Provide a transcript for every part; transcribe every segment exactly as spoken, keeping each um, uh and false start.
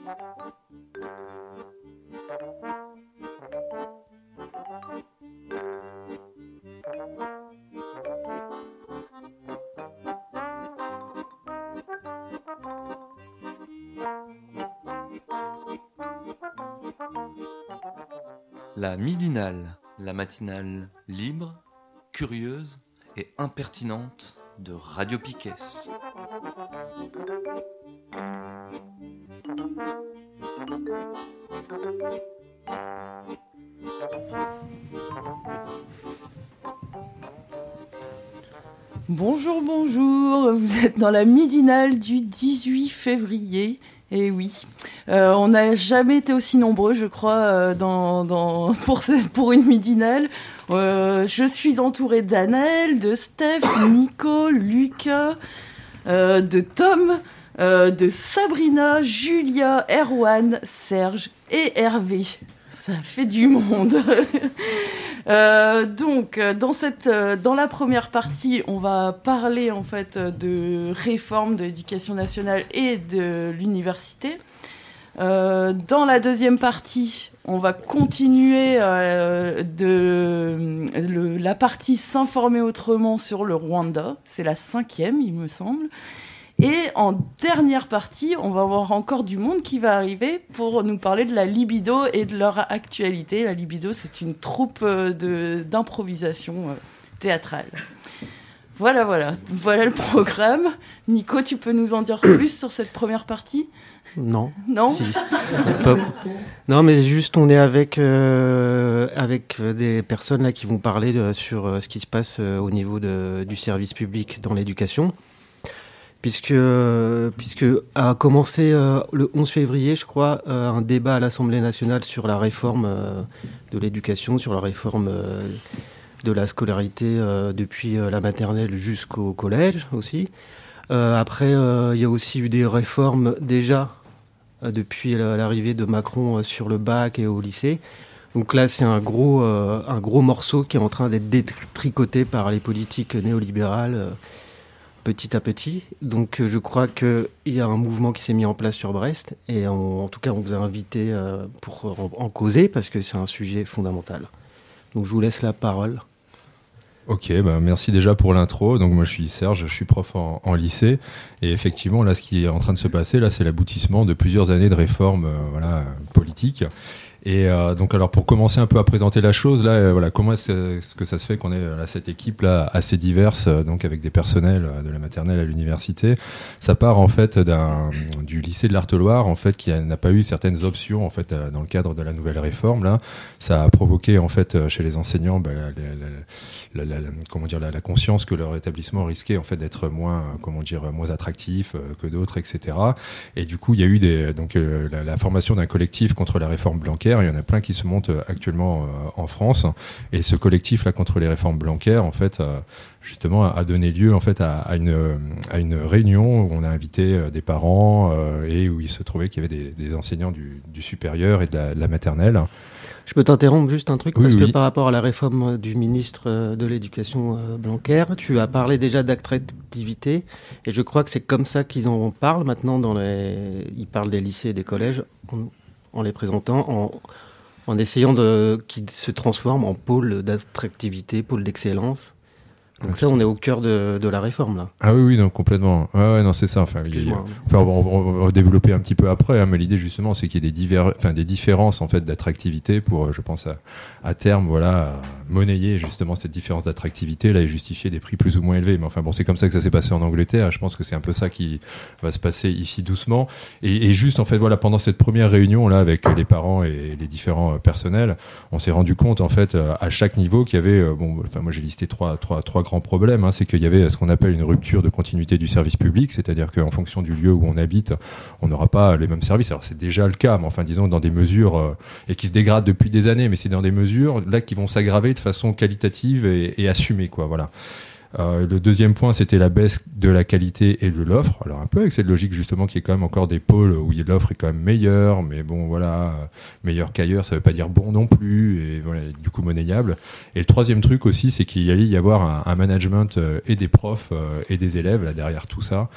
La midinale, la matinale libre, curieuse et impertinente de Radio Piquet. Bonjour, bonjour, vous êtes dans la midinale du dix-huit février. Et oui, euh, on n'a jamais été aussi nombreux, je crois, euh, dans, dans, pour, pour une midinale. Euh, je suis entourée d'Anaël, de Steph, Nico, Lucas, euh, de Tom, euh, de Sabrina, Julia, Erwan, Serge et Hervé. Ça fait du monde. euh, donc, dans, cette, dans la première partie, on va parler en fait de réforme de l'éducation nationale et de l'université. Euh, dans la deuxième partie, on va continuer euh, de le, la partie s'informer autrement sur le Rwanda. C'est la cinquième, il me semble. Et en dernière partie, on va avoir encore du monde qui va arriver pour nous parler de la libido et de leur actualité. La libido, c'est une troupe de, d'improvisation théâtrale. Voilà, voilà. Voilà le programme. Nico, tu peux nous en dire plus sur cette première partie ? Non. Non si. Non, mais juste, on est avec, euh, avec des personnes là, qui vont parler de, sur euh, ce qui se passe euh, au niveau de, du service public dans l'éducation. Puisque, euh, puisque a commencé euh, le onze février, je crois, euh, un débat à l'Assemblée nationale sur la réforme euh, de l'éducation, sur la réforme euh, de la scolarité euh, depuis euh, la maternelle jusqu'au collège aussi. Euh, après, euh, il y a aussi eu des réformes déjà euh, depuis la, l'arrivée de Macron euh, sur le bac et au lycée. Donc là, c'est un gros, euh, un gros morceau qui est en train d'être détricoté par les politiques néolibérales euh, petit à petit. Donc je crois qu'il y a un mouvement qui s'est mis en place sur Brest et on, en tout cas on vous a invité euh, pour en, en causer parce que c'est un sujet fondamental. Donc je vous laisse la parole. Ok, bah merci déjà pour l'intro. Donc moi je suis Serge, je suis prof en, en lycée et effectivement là ce qui est en train de se passer là c'est l'aboutissement de plusieurs années de réformes euh, voilà, politiques. Et euh, donc alors pour commencer un peu à présenter la chose là euh, voilà comment est-ce, est-ce que ça se fait qu'on ait là cette équipe là assez diverse euh, donc avec des personnels euh, de la maternelle à l'université. Ça part en fait d'un du lycée de l'Arteloire en fait qui a, n'a pas eu certaines options en fait euh, dans le cadre de la nouvelle réforme là. Ça a provoqué en fait euh, chez les enseignants bah, la, la, la, la, la, comment dire la, la conscience que leur établissement risquait en fait d'être moins euh, comment dire moins attractif euh, que d'autres et cetera. Et du coup il y a eu des donc euh, la, la formation d'un collectif contre la réforme Blanquer. Il y en a plein qui se montent actuellement euh, en France et ce collectif là contre les réformes Blanquer en fait euh, justement a donné lieu en fait à, à une à une réunion où on a invité euh, des parents euh, et où il se trouvait qu'il y avait des, des enseignants du, du supérieur et de la, de la maternelle. Je peux t'interrompre juste un truc oui, parce oui. que par rapport à la réforme du ministre de l'Éducation euh, Blanquer, tu as parlé déjà d'attractivité et je crois que c'est comme ça qu'ils en parlent maintenant dans les ils parlent des lycées et des collèges. On... en les présentant, en, en essayant de qu'ils se transforment en pôle d'attractivité, pôle d'excellence. Donc ça, on est au cœur de, de la réforme, là. Ah oui, oui, non, complètement. Ouais, ouais, non, c'est ça. Enfin, il y a, enfin on, va, on va développer un petit peu après, hein, mais l'idée, justement, c'est qu'il y ait des, divers, enfin, des différences, en fait, d'attractivité pour, je pense, à, à terme, voilà, monnayer, justement, cette différence d'attractivité, là, et justifier des prix plus ou moins élevés. Mais enfin, bon, c'est comme ça que ça s'est passé en Angleterre. Je pense que c'est un peu ça qui va se passer ici doucement. Et, et juste, en fait, voilà, pendant cette première réunion, là, avec les parents et les différents personnels, on s'est rendu compte, en fait, à chaque niveau qu'il y avait, bon, enfin, moi, j'ai listé trois, trois, trois grand problème, hein, c'est qu'il y avait ce qu'on appelle une rupture de continuité du service public, c'est-à-dire qu'en fonction du lieu où on habite, on n'aura pas les mêmes services. Alors c'est déjà le cas, mais enfin disons dans des mesures euh, et qui se dégradent depuis des années, mais c'est dans des mesures là qui vont s'aggraver de façon qualitative et, et assumée, quoi. Voilà. Euh, le deuxième point, c'était la baisse de la qualité et de l'offre. Alors un peu avec cette logique justement qui est quand même encore des pôles où l'offre est quand même meilleure, mais bon voilà, meilleur qu'ailleurs, ça veut pas dire bon non plus, et voilà, du coup monnayable. Et le troisième truc aussi, c'est qu'il y allait y avoir un, un management euh, et des profs euh, et des élèves là derrière tout ça.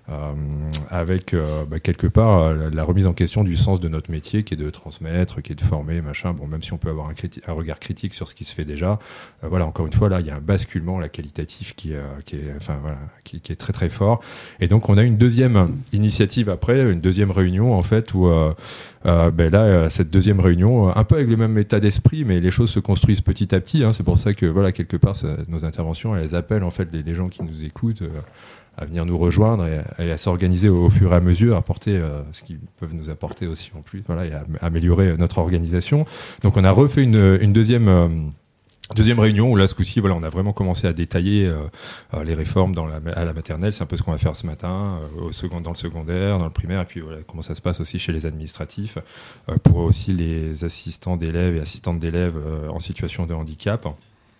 Euh, avec euh, bah, quelque part la, la remise en question du sens de notre métier qui est de transmettre, qui est de former, machin. Bon, même si on peut avoir un, criti- un regard critique sur ce qui se fait déjà, euh, voilà, encore une fois, là, il y a un basculement là, qualitatif qui, euh, qui, est, enfin, voilà, qui, qui est très très fort. Et donc, on a une deuxième initiative après, une deuxième réunion en fait où euh, euh, ben là, cette deuxième réunion, un peu avec le même état d'esprit, mais les choses se construisent petit à petit. Hein, c'est pour ça que voilà, quelque part, ça, nos interventions, elles appellent en fait les, les gens qui nous écoutent. Euh, à venir nous rejoindre et, et à s'organiser au, au fur et à mesure, à apporter euh, ce qu'ils peuvent nous apporter aussi en plus, voilà, et à, à améliorer notre organisation. Donc on a refait une, une deuxième euh, deuxième réunion où là ce coup-ci, voilà, on a vraiment commencé à détailler euh, euh, les réformes dans la, à la maternelle. C'est un peu ce qu'on va faire ce matin, euh, au second, dans le secondaire, dans le primaire, et puis voilà comment ça se passe aussi chez les administratifs, euh, pour aussi les assistants d'élèves et assistantes d'élèves euh, en situation de handicap.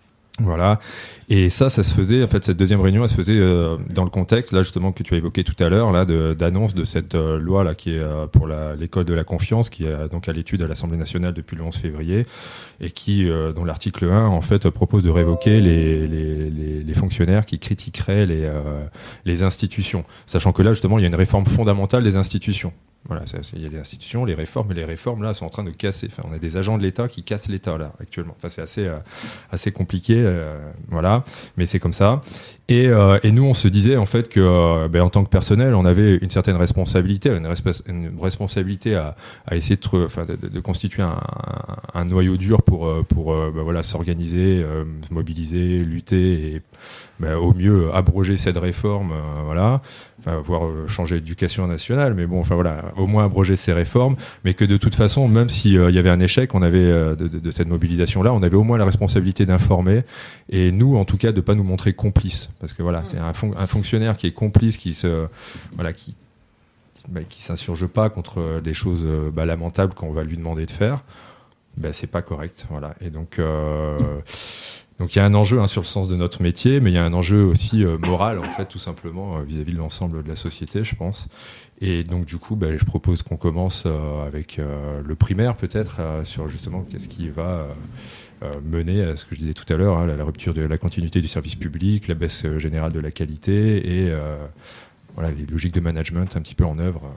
Voilà, et ça, ça se faisait, en fait, cette deuxième réunion, elle se faisait euh, dans le contexte, là, justement, que tu as évoqué tout à l'heure, là, de, d'annonce de cette euh, loi, là, qui est euh, pour la, l'école de la confiance, qui est donc à l'étude à l'Assemblée nationale depuis le onze février, et qui, euh, dont l'article un, en fait, propose de révoquer les, les, les, les fonctionnaires qui critiqueraient les, euh, les institutions. Sachant que là, justement, il y a une réforme fondamentale des institutions. Voilà, il y a des institutions, les réformes, mais les réformes là sont en train de casser. Enfin, on a des agents de l'État qui cassent l'État là actuellement. Enfin, c'est assez euh, assez compliqué, euh, voilà, mais c'est comme ça. Et, euh, et nous, on se disait en fait que, euh, ben, en tant que personnel, on avait une certaine responsabilité, une, resp- une responsabilité à, à essayer de, enfin, de, de, de constituer un, un, un noyau dur pour pour euh, ben, voilà, s'organiser, euh, se mobiliser, lutter et ben, au mieux abroger cette réforme, euh, voilà. Enfin, voire euh, changer l'éducation nationale, mais bon, enfin voilà, au moins abroger ces réformes, mais que de toute façon, même s'il euh, y avait un échec, on avait euh, de, de, de cette mobilisation-là, on avait au moins la responsabilité d'informer, et nous, en tout cas, de pas nous montrer complices, parce que voilà, c'est un, fon- un fonctionnaire qui est complice, qui se, voilà, qui, bah, qui s'insurge pas contre des choses euh, bah, lamentables qu'on va lui demander de faire, ben bah, c'est pas correct, voilà, et donc. Euh, Donc il y a un enjeu hein, sur le sens de notre métier, mais il y a un enjeu aussi euh, moral, en fait, tout simplement, euh, vis-à-vis de l'ensemble de la société, je pense. Et donc du coup, bah, je propose qu'on commence euh, avec euh, le primaire, peut-être, euh, sur justement qu'est-ce qui va euh, euh, mener à ce que je disais tout à l'heure, hein, la, la rupture de la continuité du service public, la baisse euh, générale de la qualité et euh, voilà, les logiques de management un petit peu en œuvre.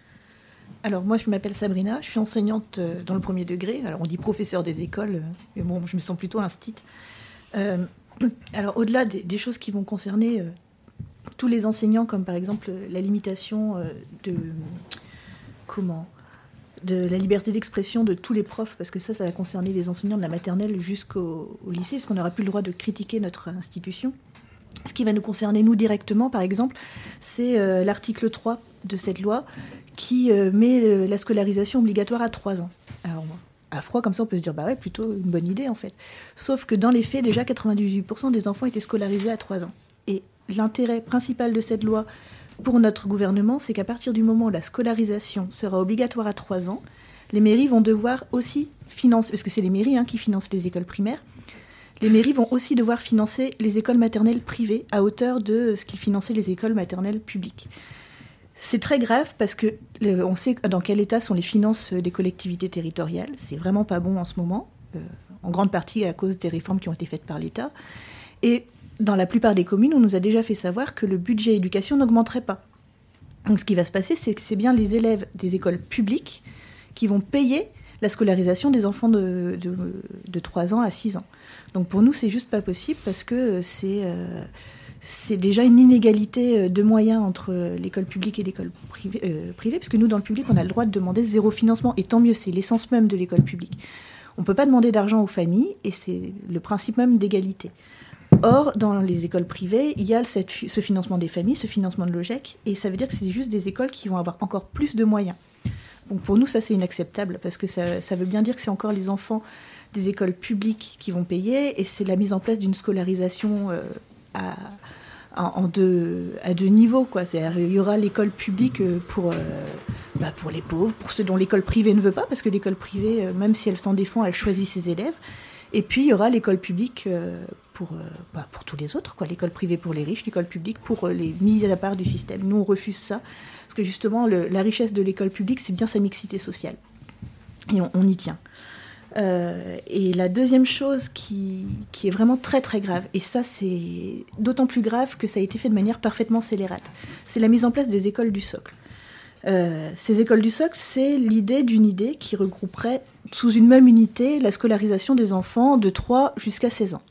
Alors moi je m'appelle Sabrina, je suis enseignante dans le premier degré, alors on dit professeur des écoles, mais bon je me sens plutôt instite. Euh, alors au-delà des, des choses qui vont concerner euh, tous les enseignants, comme par exemple la limitation euh, de comment de la liberté d'expression de tous les profs, parce que ça, ça va concerner les enseignants de la maternelle jusqu'au au lycée, parce qu'on n'aura plus le droit de critiquer notre institution. Ce qui va nous concerner, nous, directement, par exemple, c'est euh, l'article trois de cette loi qui euh, met euh, la scolarisation obligatoire à trois ans. Alors, à froid, comme ça, on peut se dire, bah ouais, plutôt une bonne idée, en fait. Sauf que dans les faits, déjà, quatre-vingt-dix-huit pour cent des enfants étaient scolarisés à trois ans. Et l'intérêt principal de cette loi pour notre gouvernement, c'est qu'à partir du moment où la scolarisation sera obligatoire à trois ans, les mairies vont devoir aussi financer, parce que c'est les mairies hein, qui financent les écoles primaires, les mairies vont aussi devoir financer les écoles maternelles privées à hauteur de ce qu'ils finançaient les écoles maternelles publiques. C'est très grave parce que le, on sait dans quel état sont les finances des collectivités territoriales. C'est vraiment pas bon en ce moment, euh, en grande partie à cause des réformes qui ont été faites par l'État. Et dans la plupart des communes, on nous a déjà fait savoir que le budget éducation n'augmenterait pas. Donc ce qui va se passer, c'est que c'est bien les élèves des écoles publiques qui vont payer la scolarisation des enfants de, de, de trois ans à six ans. Donc pour nous, c'est juste pas possible parce que c'est, euh, c'est déjà une inégalité de moyens entre l'école publique et l'école privée, euh, privée, parce que nous, dans le public, on a le droit de demander zéro financement, et tant mieux, c'est l'essence même de l'école publique. On ne peut pas demander d'argent aux familles, et c'est le principe même d'égalité. Or, dans les écoles privées, il y a cette, ce financement des familles, ce financement de l'O G E C, et ça veut dire que c'est juste des écoles qui vont avoir encore plus de moyens. Donc pour nous, ça, c'est inacceptable, parce que ça, ça veut bien dire que c'est encore les enfants des écoles publiques qui vont payer, et c'est la mise en place d'une scolarisation euh, à, en deux, à deux niveaux, quoi. C'est-à-dire, il y aura l'école publique pour, euh, bah, pour les pauvres, pour ceux dont l'école privée ne veut pas, parce que l'école privée, euh, même si elle s'en défend, elle choisit ses élèves. Et puis, il y aura l'école publique euh, pour, euh, bah, pour tous les autres, quoi. L'école privée pour les riches, l'école publique pour euh, les mis à part du système. Nous, on refuse ça, parce que justement, le, la richesse de l'école publique, c'est bien sa mixité sociale. Et on, on y tient. Euh, et la deuxième chose qui, qui est vraiment très très grave, et ça c'est d'autant plus grave que ça a été fait de manière parfaitement scélérate, c'est la mise en place des écoles du socle. Euh, ces écoles du socle, c'est l'idée d'une idée qui regrouperait sous une même unité la scolarisation des enfants de trois jusqu'à seize ans.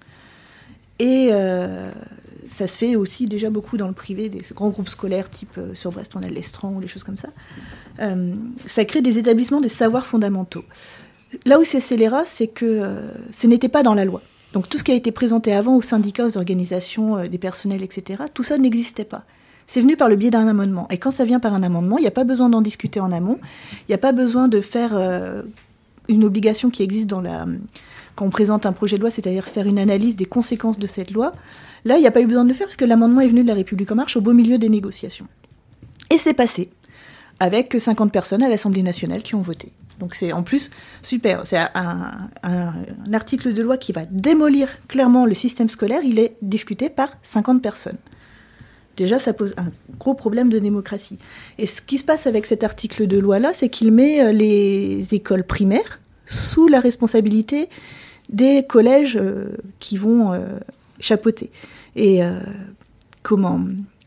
Et euh, ça se fait aussi déjà beaucoup dans le privé, des grands groupes scolaires type euh, sur Brest on a l'Estran ou des choses comme ça. Euh, ça crée des établissements des savoirs fondamentaux. Là où c'est scélérat, c'est que euh, ce n'était pas dans la loi. Donc tout ce qui a été présenté avant aux syndicats, aux organisations euh, des personnels, et cetera, tout ça n'existait pas. C'est venu par le biais d'un amendement. Et quand ça vient par un amendement, il n'y a pas besoin d'en discuter en amont. Il n'y a pas besoin de faire euh, une obligation qui existe dans la... quand on présente un projet de loi, c'est-à-dire faire une analyse des conséquences de cette loi. Là, il n'y a pas eu besoin de le faire parce que l'amendement est venu de La République En Marche au beau milieu des négociations. Et c'est passé, avec cinquante personnes à l'Assemblée nationale qui ont voté. Donc c'est en plus super. C'est un, un, un article de loi qui va démolir clairement le système scolaire. Il est discuté par cinquante personnes. Déjà, ça pose un gros problème de démocratie. Et ce qui se passe avec cet article de loi-là, c'est qu'il met les écoles primaires sous la responsabilité des collèges euh, qui vont euh, chapeauter. Et euh, comment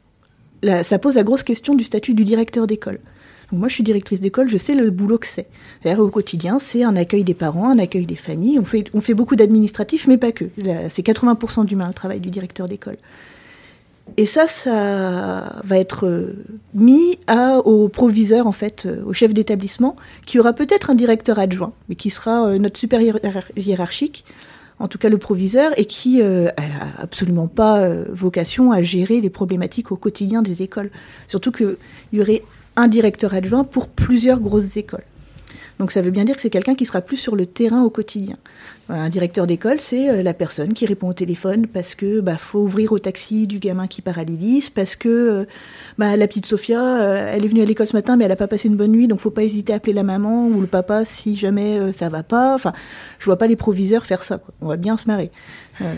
là, ça pose la grosse question du statut du directeur d'école. Donc moi, je suis directrice d'école, je sais le boulot que c'est. C'est-à-dire, au quotidien, c'est un accueil des parents, un accueil des familles. On fait, on fait beaucoup d'administratifs, mais pas que. Là, c'est quatre-vingts pour cent d'humain, le travail du directeur d'école. Et ça, ça va être mis à, au proviseur, en fait, au chef d'établissement, qui aura peut-être un directeur adjoint, mais qui sera notre supérieur hiérarchique, en tout cas le proviseur, et qui euh, a absolument pas euh, vocation à gérer les problématiques au quotidien des écoles. Surtout qu'il y aurait un directeur adjoint pour plusieurs grosses écoles. Donc ça veut bien dire que c'est quelqu'un qui sera plus sur le terrain au quotidien. Un directeur d'école, c'est la personne qui répond au téléphone parce que bah, faut ouvrir au taxi du gamin qui part à l'Ulysse, parce que bah, la petite Sophia, euh, elle est venue à l'école ce matin, mais elle n'a pas passé une bonne nuit, donc faut pas hésiter à appeler la maman ou le papa si jamais euh, ça va pas. Enfin, je vois pas les proviseurs faire ça, quoi. On va bien se marrer. Euh,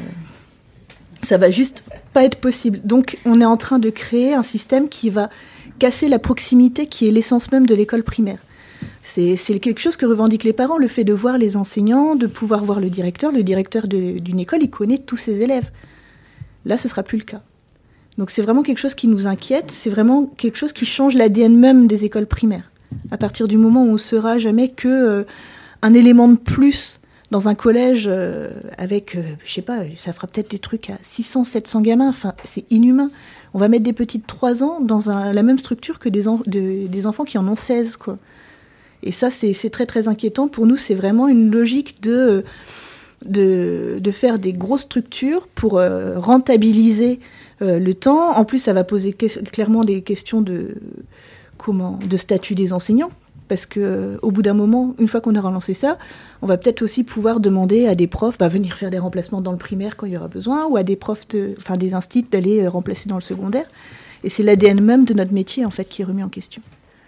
ça va juste pas être possible. Donc on est en train de créer un système qui va casser la proximité qui est l'essence même de l'école primaire. C'est, c'est quelque chose que revendiquent les parents, le fait de voir les enseignants, de pouvoir voir le directeur. Le directeur de, d'une école, il connaît tous ses élèves. Là, ce ne sera plus le cas. Donc c'est vraiment quelque chose qui nous inquiète, c'est vraiment quelque chose qui change l'A D N même des écoles primaires. À partir du moment où on ne sera jamais que euh, un élément de plus dans un collège euh, avec, euh, je sais pas, ça fera peut-être des trucs à six cents, sept cents gamins, enfin c'est inhumain. On va mettre des petits de trois ans dans un, la même structure que des, en, de, des enfants qui en ont seize, quoi. Et ça, c'est, c'est très, très inquiétant. Pour nous, c'est vraiment une logique de, de, de faire des grosses structures pour euh, rentabiliser euh, le temps. En plus, ça va poser que- clairement des questions de, comment, de statut des enseignants. Parce qu'au euh, bout d'un moment, une fois qu'on aura lancé ça, on va peut-être aussi pouvoir demander à des profs bah, venir faire des remplacements dans le primaire quand il y aura besoin, ou à des profs, de, enfin des instituts d'aller euh, remplacer dans le secondaire. Et c'est l'A D N même de notre métier, en fait, qui est remis en question.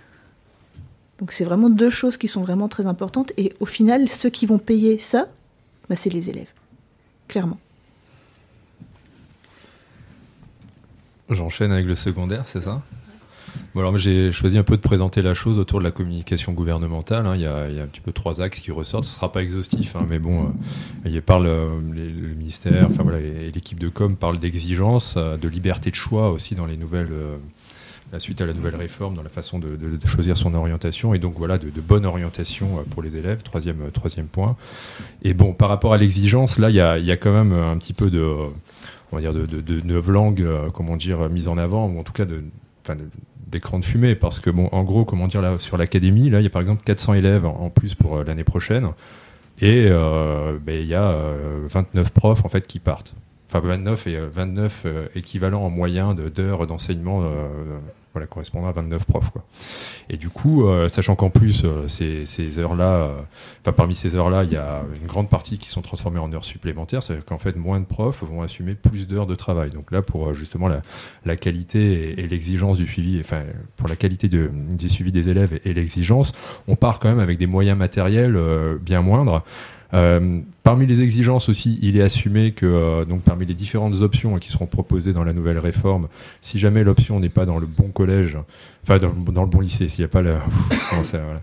Donc c'est vraiment deux choses qui sont vraiment très importantes. Et au final, ceux qui vont payer ça, bah, c'est les élèves, clairement. J'enchaîne avec le secondaire, c'est ça ? Bon, alors j'ai choisi un peu de présenter la chose autour de la communication gouvernementale. Hein. Il y a, il y a un petit peu trois axes qui ressortent. Ce ne sera pas exhaustif, hein, mais bon, euh, il parle, euh, les, le ministère, enfin voilà, et l'équipe de com parle d'exigence, euh, de liberté de choix aussi dans les nouvelles, euh, la suite à la nouvelle réforme, dans la façon de, de, de choisir son orientation, et donc voilà, de, de bonne orientation pour les élèves. Troisième, troisième point. Et bon, par rapport à l'exigence, là, il y a, il y a quand même un petit peu de, on va dire, de, de, de novlangue, euh, comment dire, mise en avant, ou en tout cas de, enfin de d'écran de fumée, parce que bon, en gros, comment dire, là, sur l'académie, là, il y a par exemple quatre cents élèves en plus pour euh, l'année prochaine, et euh, ben, il y a euh, vingt-neuf profs en fait qui partent. Enfin, vingt-neuf et euh, vingt-neuf euh, équivalents en moyen de, d'heures d'enseignement, euh, voilà, correspondant à vingt-neuf profs, quoi. Et du coup, euh, sachant qu'en plus, euh, ces, ces heures-là, euh, enfin, parmi ces heures-là, il y a une grande partie qui sont transformées en heures supplémentaires, c'est-à-dire qu'en fait, moins de profs vont assumer plus d'heures de travail. Donc là, pour euh, justement la, la qualité et, et l'exigence du suivi, enfin, pour la qualité de, du suivi des élèves et, et l'exigence, on part quand même avec des moyens matériels euh, bien moindres. Euh, parmi les exigences aussi, il est assumé que euh, donc parmi les différentes options qui seront proposées dans la nouvelle réforme, si jamais l'option n'est pas dans le bon collège, enfin dans, dans le bon lycée, s'il n'y a pas le, ça, voilà.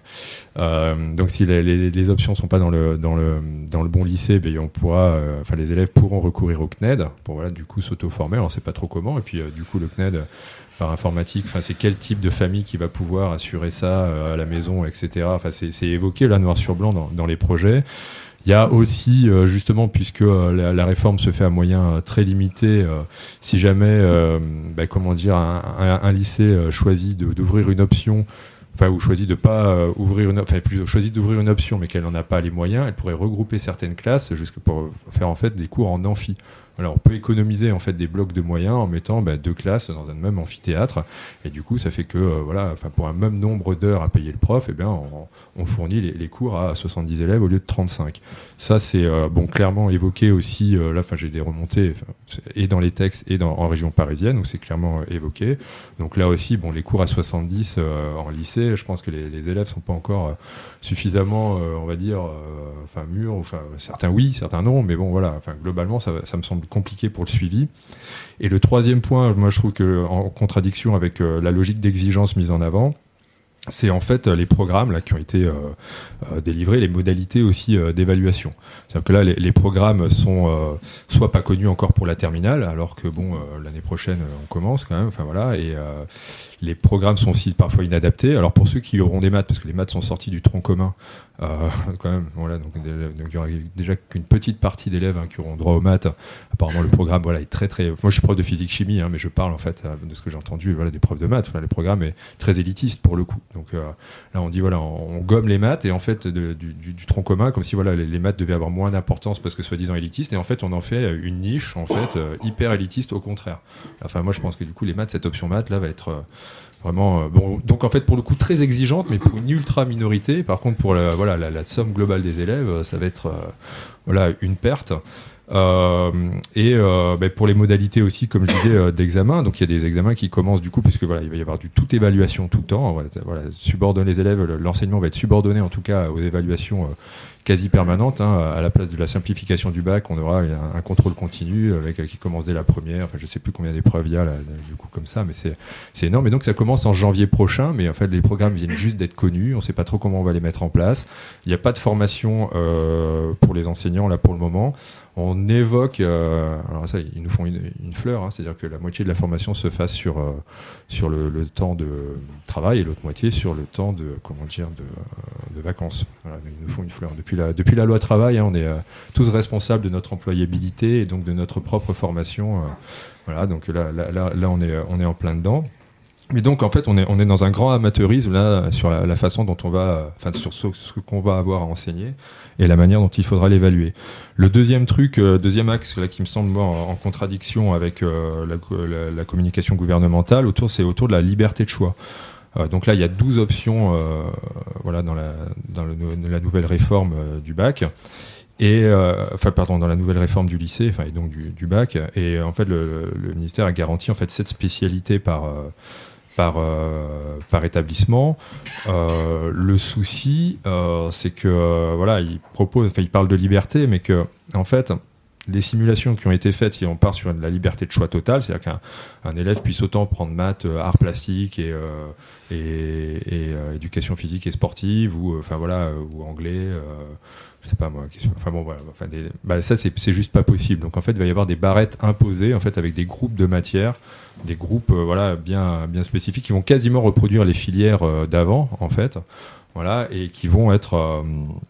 euh, donc si les, les, les options sont pas dans le dans le dans le bon lycée, ben on pourra, euh, enfin les élèves pourront recourir au C N E D pour voilà du coup s'auto-former. Alors on sait pas trop comment, et puis euh, du coup le C N E D par informatique, enfin c'est quel type de famille qui va pouvoir assurer ça euh, à la maison, et cetera. Enfin c'est, c'est évoqué là noir sur blanc dans, dans les projets. Il y a aussi, euh, justement, puisque euh, la, la réforme se fait à moyens euh, très limités, euh, si jamais, euh, bah, comment dire, un, un, un lycée euh, choisit de, d'ouvrir une option, enfin, ou choisit de pas euh, ouvrir une, enfin, plutôt choisit d'ouvrir une option, mais qu'elle n'en a pas les moyens, elle pourrait regrouper certaines classes jusque pour faire en fait des cours en amphi. Alors, on peut économiser en fait des blocs de moyens en mettant bah, deux classes dans un même amphithéâtre, et du coup, ça fait que euh, voilà, enfin pour un même nombre d'heures à payer le prof, eh bien, on, on fournit les, les cours à soixante-dix élèves au lieu de trente-cinq. Ça, c'est euh, bon clairement évoqué aussi. Euh, là, enfin, j'ai des remontées et dans les textes et dans, en région parisienne où c'est clairement euh, évoqué. Donc là aussi, bon, les cours à soixante-dix euh, en lycée, je pense que les, les élèves sont pas encore euh, suffisamment, euh, on va dire, euh, enfin mûrs. Enfin, certains oui, certains non, mais bon, voilà. Enfin, globalement, ça, ça me semble compliqué pour le suivi. Et le troisième point, moi je trouve que en contradiction avec euh, la logique d'exigence mise en avant, c'est en fait les programmes là qui ont été euh, euh, délivrés, les modalités aussi euh, d'évaluation. C'est-à-dire que là, les, les programmes sont euh, soit pas connus encore pour la terminale, alors que bon, euh, l'année prochaine on commence quand même. Enfin voilà, et euh, les programmes sont aussi parfois inadaptés. Alors pour ceux qui auront des maths, parce que les maths sont sortis du tronc commun, euh, quand même, voilà, donc, donc il y aura déjà qu'une petite partie d'élèves hein, qui auront droit aux maths. Apparemment, le programme, voilà, est très très. Moi, je suis prof de physique-chimie, hein, mais je parle en fait de ce que j'ai entendu, voilà, des profs de maths. Enfin, le programme est très élitiste pour le coup. Donc euh, là, on dit voilà, on, on gomme les maths et en fait de, du, du, du tronc commun, comme si voilà, les, les maths devaient avoir moins d'importance parce que soi-disant élitiste, et en fait, on en fait une niche en fait euh, hyper élitiste au contraire. Enfin, moi, je pense que du coup, les maths, cette option maths là, va être euh, vraiment euh, bon. Donc en fait, pour le coup, très exigeante, mais pour une ultra minorité. Par contre, pour la, voilà, la, la somme globale des élèves, ça va être euh, voilà une perte. Euh, et euh, bah, pour les modalités aussi, comme je disais, euh, d'examen, donc il y a des examens qui commencent du coup, puisque voilà, il va y avoir du toute évaluation tout le temps. Voilà, voilà, subordonner les élèves, l'enseignement va être subordonné en tout cas aux évaluations euh, quasi permanentes. Hein, à la place de la simplification du bac, on aura un, un contrôle continu avec euh, qui commence dès la première. Enfin, je sais plus combien d'épreuves il y a là, du coup comme ça, mais c'est c'est énorme. Et donc ça commence en janvier prochain, mais en fait les programmes viennent juste d'être connus. On sait pas trop comment on va les mettre en place. Il n'y a pas de formation euh, pour les enseignants là pour le moment. On évoque, euh, alors ça, ils nous font une, une fleur, hein, c'est-à-dire que la moitié de la formation se fasse sur euh, sur le, le temps de travail et l'autre moitié sur le temps de comment dire de, de vacances. Voilà, ils nous font une fleur. Depuis la depuis la loi travail, hein, on est euh, tous responsables de notre employabilité et donc de notre propre formation. Euh, voilà, donc là, là là là on est on est en plein dedans. Mais donc en fait on est on est dans un grand amateurisme là sur la, la façon dont on va, enfin sur ce, ce qu'on va avoir à enseigner et la manière dont il faudra l'évaluer. Le deuxième truc, euh, deuxième axe là qui me semble moi, en, en contradiction avec euh, la, la, la communication gouvernementale, autour c'est autour de la liberté de choix. Euh, donc là il y a douze options, euh, voilà dans la dans le, la nouvelle réforme euh, du bac. Et euh, enfin pardon dans la nouvelle réforme du lycée, enfin et donc du, du bac. Et en fait le, le ministère a garanti en fait sept spécialités par euh, Par, euh, par établissement. Euh, le souci, euh, c'est que euh, voilà, il propose, enfin, il parle de liberté, mais que en fait, les simulations qui ont été faites, si on part sur la liberté de choix totale, c'est-à-dire qu'un un élève puisse autant prendre maths, euh, arts plastiques et, euh, et, et euh, éducation physique et sportive, ou enfin voilà, euh, ou anglais. Euh, je sais pas moi, enfin bon voilà, enfin des, bah ça c'est c'est juste pas possible. Donc en fait il va y avoir des barrettes imposées en fait avec des groupes de matières, des groupes euh, voilà bien bien spécifiques qui vont quasiment reproduire les filières euh, d'avant en fait, voilà, et qui vont être euh,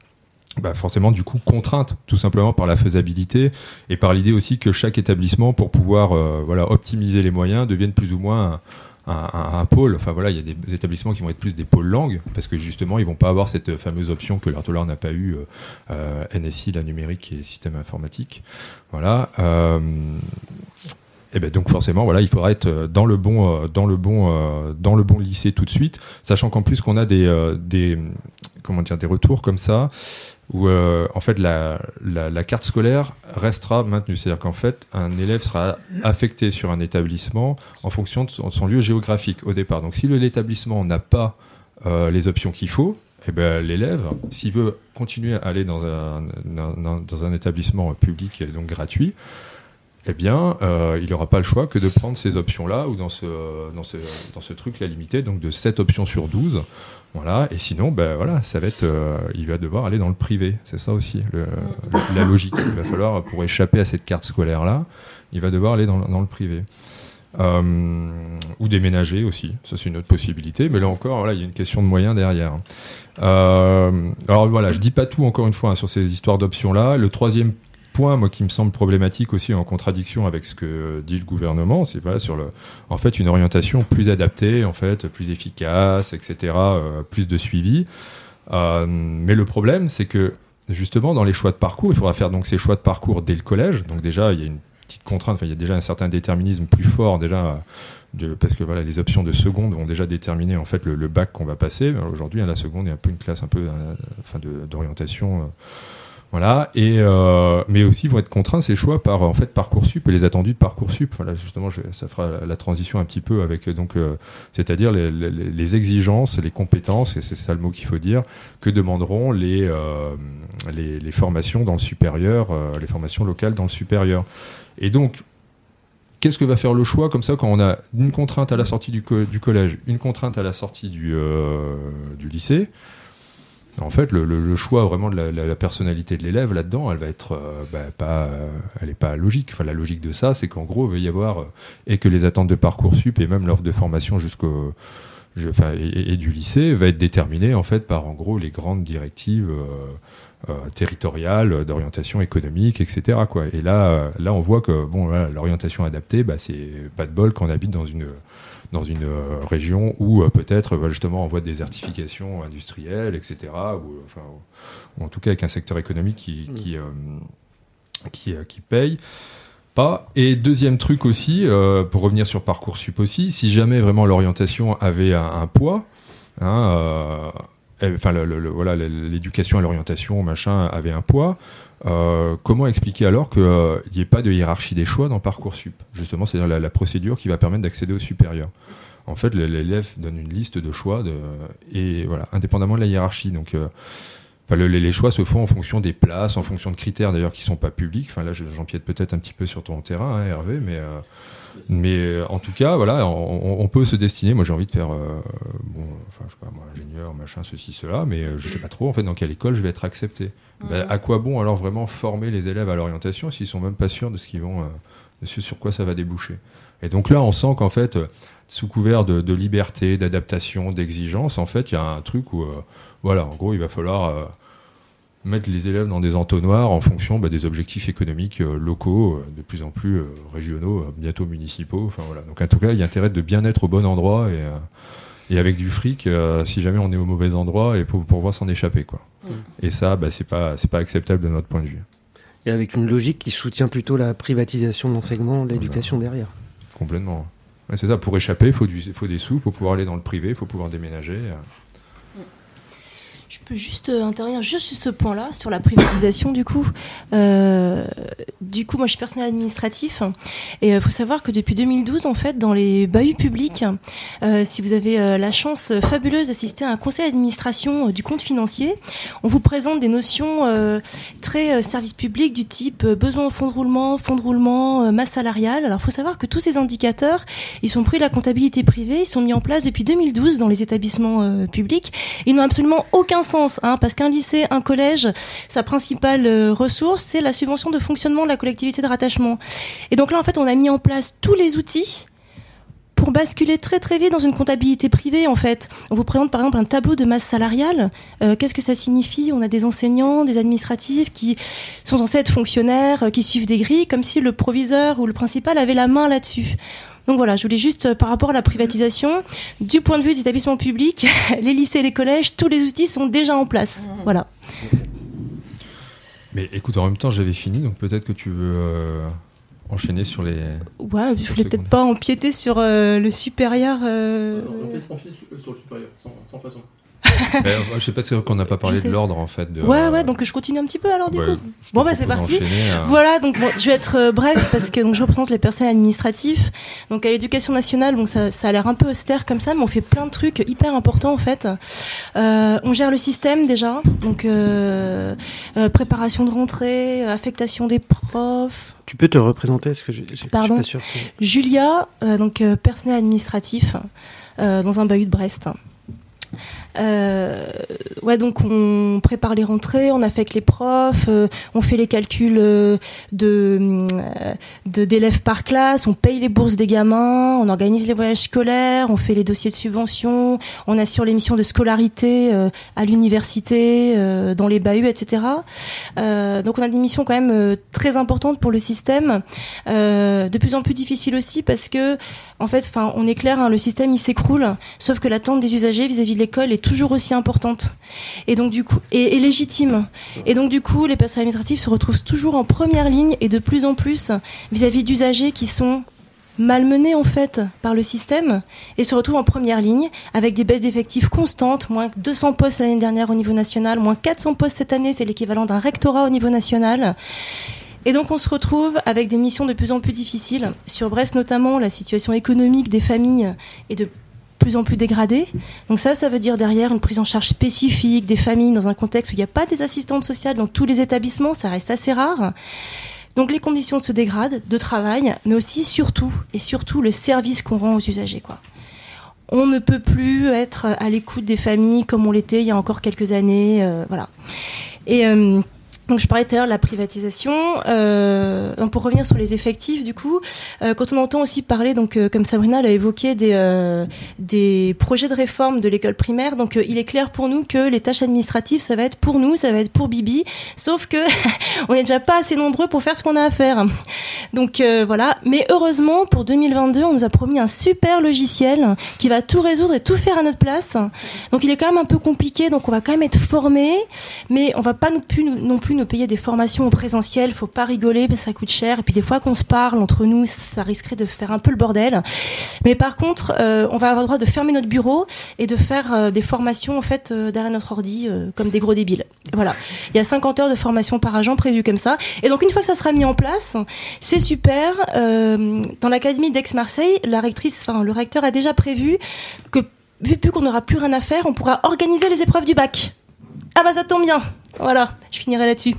bah forcément du coup contraintes tout simplement par la faisabilité et par l'idée aussi que chaque établissement pour pouvoir euh, voilà optimiser les moyens devienne plus ou moins un, Un, un, un pôle, enfin voilà, il y a des établissements qui vont être plus des pôles langues parce que justement ils vont pas avoir cette fameuse option que l'Artolar n'a pas eu, euh, N S I, la numérique et système informatique, voilà. Euh, et ben donc forcément voilà, il faudra être dans le bon, dans le bon, dans le bon lycée tout de suite, sachant qu'en plus qu'on a des, des, comment dire, des retours comme ça. Où euh, en fait la, la, la carte scolaire restera maintenue, c'est-à-dire qu'en fait un élève sera affecté sur un établissement en fonction de son, son lieu géographique au départ. Donc si le, l'établissement n'a pas euh, les options qu'il faut, eh ben, l'élève, s'il veut continuer à aller dans un, un, dans un établissement public et donc gratuit, eh bien, euh, il n'aura pas le choix que de prendre ces options-là ou dans ce, dans ce, dans ce truc-là limité, donc de sept options sur douze. Voilà. Et sinon, ben, voilà, ça va être, euh, il va devoir aller dans le privé. C'est ça aussi, le, le, la logique. Il va falloir, pour échapper à cette carte scolaire-là, il va devoir aller dans, dans le privé. Euh, ou déménager aussi, ça c'est une autre possibilité, mais là encore, voilà, il y a une question de moyens derrière. Euh, alors voilà, je dis pas tout encore une fois hein, sur ces histoires d'options-là. Le troisième point, moi, qui me semble problématique aussi, en contradiction avec ce que dit le gouvernement, c'est voilà, sur le, en fait, une orientation plus adaptée, en fait, plus efficace, et cetera, euh, plus de suivi. Euh, mais le problème, c'est que justement, dans les choix de parcours, il faudra faire donc ces choix de parcours dès le collège. Donc déjà, il y a une petite contrainte, enfin, il y a déjà un certain déterminisme plus fort déjà, de, parce que voilà, les options de seconde vont déjà déterminer en fait le, le bac qu'on va passer. Alors, aujourd'hui, hein, la seconde est un peu une classe un peu, euh, enfin, de, d'orientation. Euh, Voilà, et euh, mais aussi vont être contraints ces choix par en fait Parcoursup et les attendus de Parcoursup. Voilà, justement, je, ça fera la, la transition un petit peu avec donc, euh, c'est-à-dire les, les, les exigences, les compétences, et c'est ça le mot qu'il faut dire, que demanderont les euh, les, les formations dans le supérieur, euh, les formations locales dans le supérieur. Et donc, qu'est-ce que va faire le choix comme ça quand on a une contrainte à la sortie du, co- du collège, une contrainte à la sortie du euh, du lycée? En fait, le, le, le choix vraiment de la, la, la personnalité de l'élève là-dedans, elle va être euh, bah, pas, euh, elle est pas logique. Enfin, la logique de ça, c'est qu'en gros, il va y avoir euh, et que les attentes de Parcoursup et même l'offre de formation jusqu'au, je, enfin, et, et du lycée va être déterminée en fait par en gros les grandes directives euh, euh, territoriales d'orientation économique, et cetera quoi. Et là, euh, là, on voit que bon, voilà, l'orientation adaptée, bah, c'est pas de bol quand on habite dans une dans une euh, région où euh, peut-être bah, justement on voit des désertification industrielle, et cetera. Ou, enfin, ou en tout cas avec un secteur économique qui qui euh, qui, euh, qui paye pas. Et deuxième truc aussi, euh, pour revenir sur Parcoursup aussi, si jamais vraiment l'orientation avait un, un poids, hein, euh, et, enfin le, le, le, voilà, l'éducation à l'orientation machin avait un poids. Euh, comment expliquer alors qu'il n'y euh, ait pas de hiérarchie des choix dans Parcoursup, justement, c'est-à-dire la, la procédure qui va permettre d'accéder au supérieur. En fait, l'élève donne une liste de choix de, et voilà, indépendamment de la hiérarchie. Donc, euh, enfin, le, les choix se font en fonction des places, en fonction de critères d'ailleurs qui sont pas publics. Enfin là, j'empiète peut-être un petit peu sur ton terrain, hein, Hervé, mais euh, mais en tout cas, voilà, on, on peut se destiner. Moi, j'ai envie de faire, euh, bon, enfin, je sais pas, moi, ingénieur, machin, ceci, cela, mais euh, je sais pas trop en fait dans quelle école je vais être accepté. Mmh. Ben, à quoi bon alors vraiment former les élèves à l'orientation s'ils sont même pas sûrs de ce qu'ils vont, euh, de ce sur quoi ça va déboucher. Et donc là, on sent qu'en fait, sous couvert de, de liberté, d'adaptation, d'exigence, en fait, il y a un truc où, euh, voilà, en gros, il va falloir euh, mettre les élèves dans des entonnoirs en fonction bah, des objectifs économiques euh, locaux, euh, de plus en plus euh, régionaux, euh, bientôt municipaux. Enfin voilà. Donc en tout cas, il y a intérêt de bien être au bon endroit et, euh, et avec du fric, euh, si jamais on est au mauvais endroit, et pour, pour pouvoir s'en échapper, quoi. Mmh. Et ça, bah, c'est pas, c'est pas acceptable de notre point de vue. Et avec une logique qui soutient plutôt la privatisation de l'enseignement, de l'éducation voilà. derrière. Complètement. Ouais, c'est ça. Pour échapper, il faut, faut des sous, il faut pouvoir aller dans le privé, il faut pouvoir déménager. Euh. Je peux juste euh, intervenir juste sur ce point-là, sur la privatisation du coup. Euh, du coup, moi je suis personnel administratif et il euh, faut savoir que depuis deux mille douze, en fait, dans les bahuts publics, euh, si vous avez euh, la chance fabuleuse d'assister à un conseil d'administration euh, du compte financier, on vous présente des notions euh, très euh, service public du type euh, besoin en fonds de roulement, fonds de roulement, euh, masse salariale. Alors il faut savoir que tous ces indicateurs, ils sont pris de la comptabilité privée, ils sont mis en place depuis deux mille douze dans les établissements euh, publics. Ils n'ont absolument aucun sens, hein, parce qu'un lycée, un collège, sa principale euh, ressource, c'est la subvention de fonctionnement de la collectivité de rattachement. Et donc là, en fait, on a mis en place tous les outils pour basculer très très vite dans une comptabilité privée, en fait. On vous présente par exemple un tableau de masse salariale. Euh, qu'est-ce que ça signifie ? On a des enseignants, des administratifs qui sont censés être fonctionnaires, euh, qui suivent des grilles, comme si le proviseur ou le principal avait la main là-dessus. Donc voilà, je voulais juste, euh, par rapport à la privatisation, du point de vue des établissements publics, les lycées et les collèges, tous les outils sont déjà en place. Mmh. Voilà. Mais écoute, en même temps, j'avais fini, donc peut-être que tu veux euh, enchaîner sur les... Ouais, je voulais peut-être pas empiéter sur euh, le supérieur. Euh... Non, on peut empiéter sur le supérieur, sans, sans façon. Mais, je sais pas si on n'a pas parlé de l'ordre en fait. De, ouais, ouais, donc je continue un petit peu alors du ouais, coup. Bon bah c'est parti. Hein. Voilà, donc bon, je vais être euh, bref parce que donc je représente les personnels administratifs. Donc à l'éducation nationale, donc ça, ça a l'air un peu austère comme ça, mais on fait plein de trucs hyper importants en fait. Euh, on gère le système déjà, donc euh, euh, préparation de rentrée, affectation des profs. Tu peux te représenter, est-ce que je, je, Pardon. je suis pas sûr que... Julia, euh, donc euh, personnel administratif euh, dans un bahut de Brest. Euh, ouais, donc on prépare les rentrées, on affecte les profs, euh, on fait les calculs euh, de, euh, de d'élèves par classe, on paye les bourses des gamins, on organise les voyages scolaires, on fait les dossiers de subvention, on assure les missions de scolarité euh, à l'université, euh, dans les bahuts, et cetera. Euh, donc on a des missions quand même euh, très importantes pour le système, euh, de plus en plus difficiles aussi parce que en fait, enfin, on est clair, hein, le système il s'écroule, sauf que l'attente des usagers vis-à-vis de l'école est toujours aussi importante et donc du coup et, et légitime. Et donc du coup, les personnels administratifs se retrouvent toujours en première ligne et de plus en plus vis-à-vis d'usagers qui sont malmenés en fait par le système et se retrouvent en première ligne avec des baisses d'effectifs constantes, moins deux cents postes l'année dernière au niveau national, moins quatre cents postes cette année, c'est l'équivalent d'un rectorat au niveau national. Et donc on se retrouve avec des missions de plus en plus difficiles. Sur Brest notamment, la situation économique des familles est de plus en plus dégradée. Donc ça, ça veut dire derrière une prise en charge spécifique des familles dans un contexte où il n'y a pas des assistantes sociales dans tous les établissements, ça reste assez rare. Donc les conditions se dégradent de travail, mais aussi surtout, et surtout le service qu'on rend aux usagers, quoi. On ne peut plus être à l'écoute des familles comme on l'était il y a encore quelques années, euh, voilà. Et... Euh, Donc je parlais tout à l'heure de la privatisation. Euh, donc pour revenir sur les effectifs, du coup, euh, quand on entend aussi parler, donc euh, comme Sabrina l'a évoqué, des euh, des projets de réforme de l'école primaire, donc euh, il est clair pour nous que les tâches administratives, ça va être pour nous, ça va être pour Bibi. Sauf que on n'est déjà pas assez nombreux pour faire ce qu'on a à faire. Donc euh, voilà. Mais heureusement, pour deux mille vingt-deux, on nous a promis un super logiciel qui va tout résoudre et tout faire à notre place. Donc il est quand même un peu compliqué, donc on va quand même être formés, mais on va pas non plus non plus nous payer des formations au présentiel, faut pas rigoler parce que ça coûte cher et puis des fois qu'on se parle entre nous ça risquerait de faire un peu le bordel, mais par contre euh, on va avoir le droit de fermer notre bureau et de faire euh, des formations en fait euh, derrière notre ordi euh, comme des gros débiles. Voilà, il y a cinquante heures de formation par agent prévues comme ça et donc une fois que ça sera mis en place c'est super. Euh, dans l'académie d'Aix-Marseille, la rectrice, enfin le recteur a déjà prévu que vu plus qu'on n'aura plus rien à faire, on pourra organiser les épreuves du bac. Ah bah ça tombe bien. Voilà, je finirai là-dessus.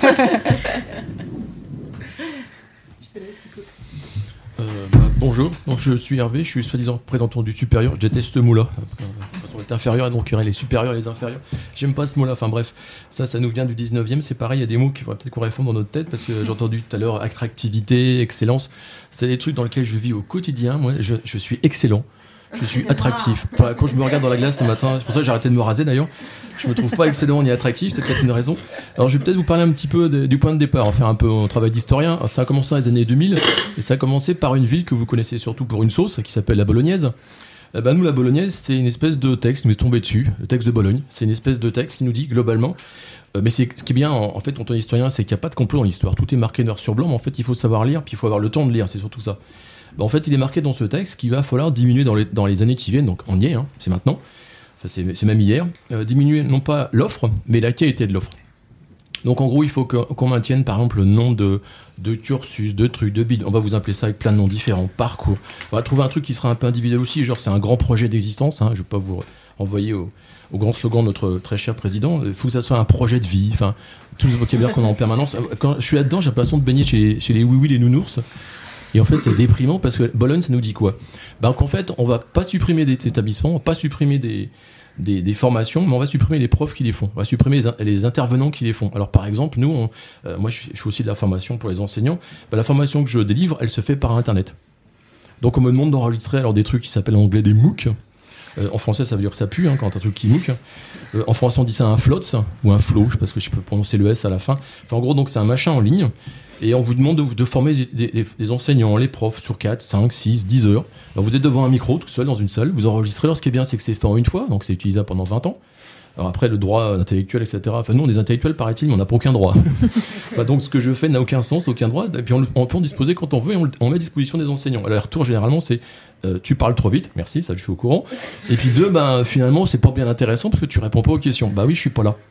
euh, bah, bonjour, donc je suis Hervé, je suis soi-disant représentant du supérieur. Je déteste ce mot-là. Quand on est inférieur, donc il y aurait les supérieurs et les inférieurs. J'aime pas ce mot-là. Enfin bref, ça, ça nous vient du dix-neuvième. C'est pareil, il y a des mots qu'il faudrait peut-être qu'on réforme dans notre tête parce que j'ai entendu tout à l'heure attractivité, excellence. C'est des trucs dans lesquels je vis au quotidien. Moi, je, je suis excellent. Je suis attractif. Enfin, quand je me regarde dans la glace ce matin, c'est pour ça que j'ai arrêté de me raser d'ailleurs. Je me trouve pas excellent ni attractif, c'est peut-être une raison. Alors je vais peut-être vous parler un petit peu de, du point de départ, en faire un peu un travail d'historien. Alors, ça a commencé dans les années deux mille et ça a commencé par une ville que vous connaissez surtout pour une sauce qui s'appelle la Bolognaise. Eh ben, nous, la Bolognaise, c'est une espèce de texte qui nous est tombé dessus, le texte de Bologne. C'est une espèce de texte qui nous dit globalement, euh, mais c'est, ce qui est bien en, en fait, en tant qu'historien, c'est qu'il n'y a pas de complot dans l'histoire. Tout est marqué noir sur blanc, mais en fait, il faut savoir lire, puis il faut avoir le temps de lire, c'est surtout ça. Ben, en fait, il est marqué dans ce texte qu'il va falloir diminuer dans les, dans les années qui viennent, donc on y est, hein, c'est maintenant. Enfin, c'est, c'est même hier, euh, diminuer non pas l'offre, mais la qualité de l'offre. Donc en gros, il faut que, qu'on maintienne par exemple le nombre de, de cursus, de trucs, de bides. On va vous appeler ça avec plein de noms différents, parcours. On va trouver un truc qui sera un peu individuel aussi, genre c'est un grand projet d'existence. Hein, je ne vais pas vous envoyer au, au grand slogan de notre très cher président. Il faut que ça soit un projet de vie, enfin tout ce vocabulaire qu'on a en permanence. Quand je suis là-dedans, j'ai l'impression de baigner chez, chez les oui-oui, les nounours. Et en fait, c'est déprimant parce que Bologne, ça nous dit quoi ? Ben, qu'en fait, on va pas supprimer des établissements, on va pas supprimer des, des, des formations, mais on va supprimer les profs qui les font, on va supprimer les, les intervenants qui les font. Alors, par exemple, nous, on, euh, moi, je, je fais aussi de la formation pour les enseignants. Ben, la formation que je délivre, elle se fait par Internet. Donc, on me demande d'enregistrer alors des trucs qui s'appellent en anglais des MOOC. Euh, en français, ça veut dire que ça pue hein, quand t'as un truc qui MOOC. Euh, en français, on dit ça un flots ou un flow, je sais pas ce que je peux prononcer le S à la fin. Enfin, en gros, donc c'est un machin en ligne. Et on vous demande de, de former des, des, des enseignants, les profs, sur quatre, cinq, six, dix heures. Alors vous êtes devant un micro, tout seul, dans une salle, vous enregistrez. Alors ce qui est bien, c'est que c'est fait en une fois, donc c'est utilisable pendant vingt ans. Alors après, le droit intellectuel, et cetera. Enfin, nous, on est intellectuels, paraît-il, mais on n'a pas aucun droit. Enfin, donc ce que je fais n'a aucun sens, aucun droit. Et puis on, on peut en disposer quand on veut et on, on met à disposition des enseignants. Alors, le retour, généralement, c'est euh, tu parles trop vite, merci, ça je suis au courant. Et puis deux, ben, finalement, c'est pas bien intéressant parce que tu réponds pas aux questions. Bah oui, je suis pas là.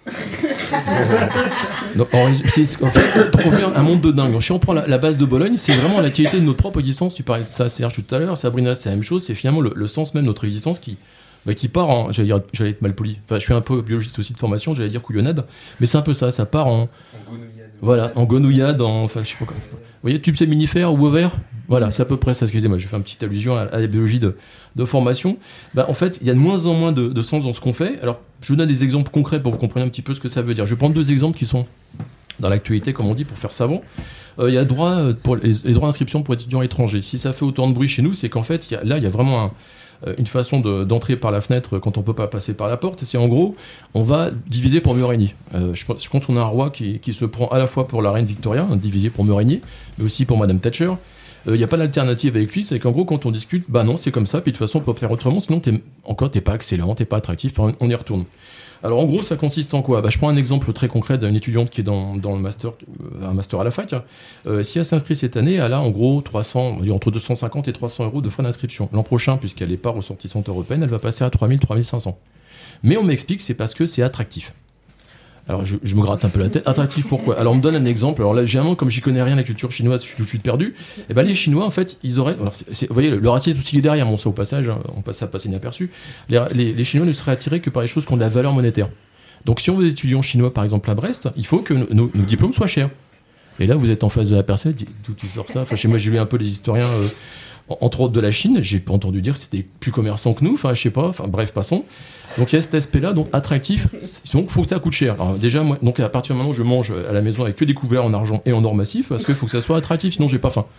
Donc, en, c'est, en fait, on fait un monde de dingue. Si on prend la, la base de Bologne, c'est vraiment la qualité de notre propre existence. Tu parlais de ça, Serge, tout à l'heure. Sabrina, c'est la même chose. C'est finalement le, le sens même de notre existence qui, bah, qui part en, j'allais, dire, j'allais être mal poli, enfin je suis un peu biologiste aussi de formation, j'allais dire couillonnade, mais c'est un peu ça, ça part en, en gonouillade, voilà, en gonouillade, en, enfin je sais pas quoi. Vous voyez, tube séminifère ou ovaire, voilà, c'est à peu près ça, excusez-moi, je fais une petite allusion à, à la biologie de, de formation. Bah, en fait, il y a de moins en moins de, de sens dans ce qu'on fait. Alors, je vous donne des exemples concrets pour que vous compreniez un petit peu ce que ça veut dire. Je vais prendre deux exemples qui sont dans l'actualité, comme on dit, pour faire savant. Il euh, y a le droit pour les, les droits d'inscription pour étudiants étrangers. Si ça fait autant de bruit chez nous, c'est qu'en fait, y a, là, il y a vraiment un, une façon de, d'entrer par la fenêtre quand on peut pas passer par la porte. C'est en gros, on va diviser pour mieux régner. Euh, je, je compte qu'on a un roi qui, qui se prend à la fois pour la reine Victoria, hein, divisé pour mieux régner, mais aussi pour Madame Thatcher. Il euh, n'y a pas d'alternative avec lui, c'est qu'en gros, quand on discute, bah non, c'est comme ça, puis de toute façon, on peut faire autrement, sinon, t'es, encore, t'es pas excellent, t'es pas attractif, enfin, on y retourne. Alors, en gros, ça consiste en quoi ? Bah, je prends un exemple très concret d'une étudiante qui est dans, dans le master, euh, un master à la fac. Euh, si elle s'inscrit cette année, elle a en gros trois cents, on va dire entre deux cent cinquante et trois cents euros de frais d'inscription. L'an prochain, puisqu'elle n'est pas ressortissante européenne, elle va passer à trois mille, trois mille cinq cents. Mais on m'explique que c'est parce que c'est attractif. Alors, je, je me gratte un peu la tête. Attractif, pourquoi ? Alors, on me donne un exemple. Alors là, généralement, comme j'y connais rien, la culture chinoise, je suis tout de suite perdu. Et ben, les Chinois, en fait, ils auraient. Alors, c'est, vous voyez, le racisme aussi est derrière. Bon, ça, au passage, hein, on passe, ça passe inaperçu. Les, les, les Chinois ne seraient attirés que par les choses qui ont de la valeur monétaire. Donc, si on veut des étudiants chinois, par exemple, à Brest, il faut que nos, nos, nos diplômes soient chers. Et là, vous êtes en face de la personne, d'où tu sors ça ? Enfin, chez moi, j'ai lu un peu les historiens, euh, entre autres de la Chine. J'ai pas entendu dire que c'était plus commerçants que nous. Enfin, je sais pas. Enfin, bref, passons. Donc il y a cet aspect-là, donc attractif, donc il faut que ça coûte cher. Alors déjà, moi, donc à partir du moment où je mange à la maison avec que des couverts en argent et en or massif, parce qu'il faut que ça soit attractif, sinon j'ai pas faim.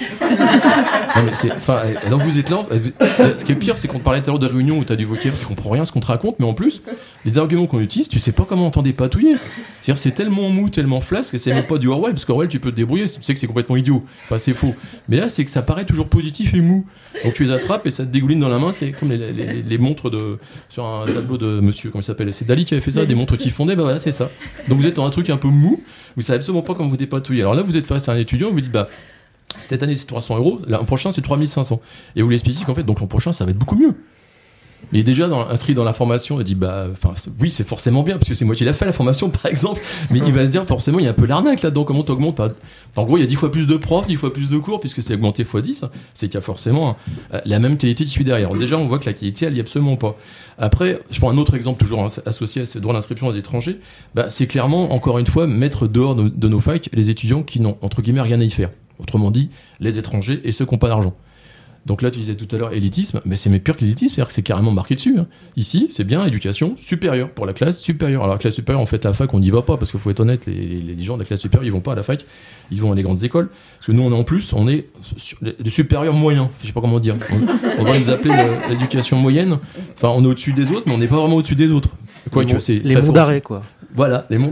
Non, mais c'est, enfin, donc vous êtes là. Ce qui est pire, c'est qu'on te parlait tout à l'heure de réunions où tu as du vocabulaire, tu comprends rien à ce qu'on te raconte, mais en plus, les arguments qu'on utilise, tu sais pas comment on t'en dépatouiller. C'est-à-dire, c'est tellement mou, tellement flasque, et c'est même pas du Orwell, parce qu'Orwell, tu peux te débrouiller, tu sais que c'est complètement idiot. Enfin, c'est faux. Mais là, c'est que ça paraît toujours positif et mou. Donc tu les attrapes et ça te dégouline dans la main, c'est comme les, les, les, les montres de, sur un tableau de monsieur, comment il s'appelle ? C'est Dali qui avait fait ça, des montres qui fondaient, bah voilà, c'est ça. Donc vous êtes dans un truc un peu mou, vous savez absolument pas comment vous dépatouiller. Alors là, vous êtes face à un étudiant, vous vous dites, bah, cette année c'est trois cents euros, l'an prochain c'est trois mille cinq cents. Et vous l'expliquez qu'en fait, donc l'an prochain ça va être beaucoup mieux. Il est déjà dans, inscrit dans la formation, il dit bah, enfin, oui, c'est forcément bien, parce que c'est moi qui l'ai fait la formation par exemple, mais il va se dire forcément il y a un peu l'arnaque là-dedans, comment t'augmentes pas. Enfin, en gros, il y a dix fois plus de profs, dix fois plus de cours, puisque c'est augmenté fois dix, c'est qu'il y a forcément euh, la même qualité qui suit derrière. Alors, déjà, on voit que la qualité, elle y est absolument pas. Après, je prends un autre exemple toujours associé à ce droit d'inscription des étrangers, bah, c'est clairement, encore une fois, mettre dehors de, de nos facs les étudiants qui n'ont, entre guillemets, rien à y faire. Autrement dit, les étrangers et ceux qui n'ont pas d'argent. Donc là, tu disais tout à l'heure élitisme, mais c'est même pire que l'élitisme, c'est-à-dire que c'est carrément marqué dessus. Hein. Ici, c'est bien éducation supérieure pour la classe supérieure. Alors la classe supérieure, en fait, la fac, on n'y va pas, parce qu'il faut être honnête, les, les, les gens de la classe supérieure, ils vont pas à la fac, ils vont à les grandes écoles. Parce que nous, on est en plus, on est sur les supérieurs moyens, je sais pas comment dire. On, on va nous appeler le, l'éducation moyenne. Enfin, on est au-dessus des autres, mais on n'est pas vraiment au-dessus des autres. Quoi les que mon, c'est les monts d'arrêt, quoi. Voilà, les monts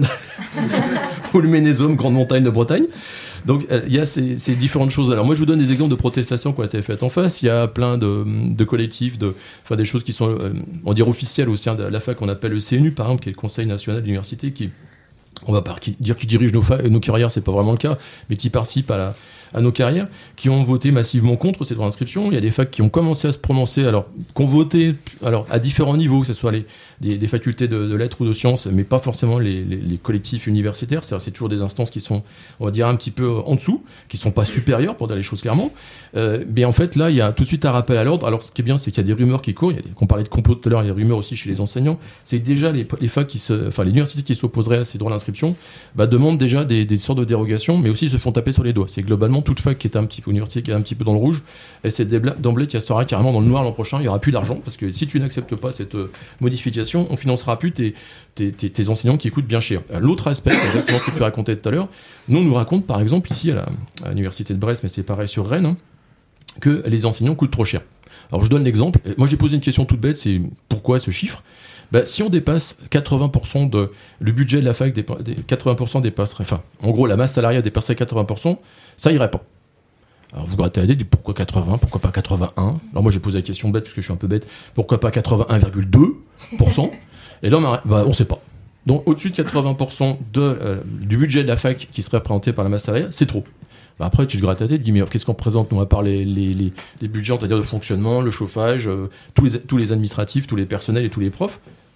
ou le Ménésome, grande montagne de Bretagne. Donc il euh, y a ces, ces différentes choses. Alors moi je vous donne des exemples de protestations qui ont été faites en face. Il y a plein de, de collectifs, de, enfin des choses qui sont, euh, on dirait officielles au sein de la fac qu'on appelle le C N U par exemple, qui est le Conseil national de l'université, qui, on va pas dire qui dirige nos, fa- nos carrières, c'est pas vraiment le cas, mais qui participe à la à nos carrières, qui ont voté massivement contre ces droits d'inscription. Il y a des facs qui ont commencé à se prononcer, alors qui ont voté alors, à différents niveaux, que ce soit les, des, des facultés de, de lettres ou de sciences, mais pas forcément les, les, les collectifs universitaires. C'est-à-dire c'est toujours des instances qui sont, on va dire, un petit peu en dessous, qui sont pas supérieures, pour dire les choses clairement. Euh, mais en fait, là, il y a tout de suite un rappel à l'ordre. Alors, ce qui est bien, c'est qu'il y a des rumeurs qui courent. Il y a des, qu'on parlait de complot tout à l'heure, il y a des rumeurs aussi chez les enseignants. C'est que déjà les, les facs qui se, enfin, les universités qui s'opposeraient à ces droits d'inscription, bah, demandent déjà des, des sortes de dérogations, mais aussi se font taper sur les doigts. C'est globalement toute fac qui est un petit peu université qui est un petit peu dans le rouge, et c'est d'emblée qui sera carrément dans le noir l'an prochain. Il n'y aura plus d'argent, parce que si tu n'acceptes pas cette euh, modification, on financera plus tes, tes, tes, tes enseignants qui coûtent bien cher. L'autre aspect, exactement ce que tu racontais tout à l'heure, nous on nous raconte par exemple ici à, la, à l'université de Brest, mais c'est pareil sur Rennes, hein, que les enseignants coûtent trop cher. Alors je donne l'exemple, moi j'ai posé une question toute bête, c'est pourquoi ce chiffre ? Bah, si on dépasse quatre-vingts pour cent de le budget de la fac, dépa, quatre-vingts pour cent dépasserait, enfin en gros la masse salariale dépasserait quatre-vingts pour cent, ça irait pas. Alors vous grattez la tête, pourquoi quatre-vingts, pourquoi pas quatre-vingt-un ? Alors moi j'ai posé la question bête, parce que je suis un peu bête, pourquoi pas quatre-vingt-un virgule deux pour cent ? Et là on, bah, on sait pas. Donc au-dessus de quatre-vingts pour cent de, euh, du budget de la fac qui serait représenté par la masse salariale, c'est trop. Bah, après tu te grattes la tête, tu te dis mais qu'est-ce qu'on représente nous à part les, les, les, les budgets, c'est-à-dire de fonctionnement, le chauffage, euh, tous, les, tous les administratifs, tous les personnels et tous les profs.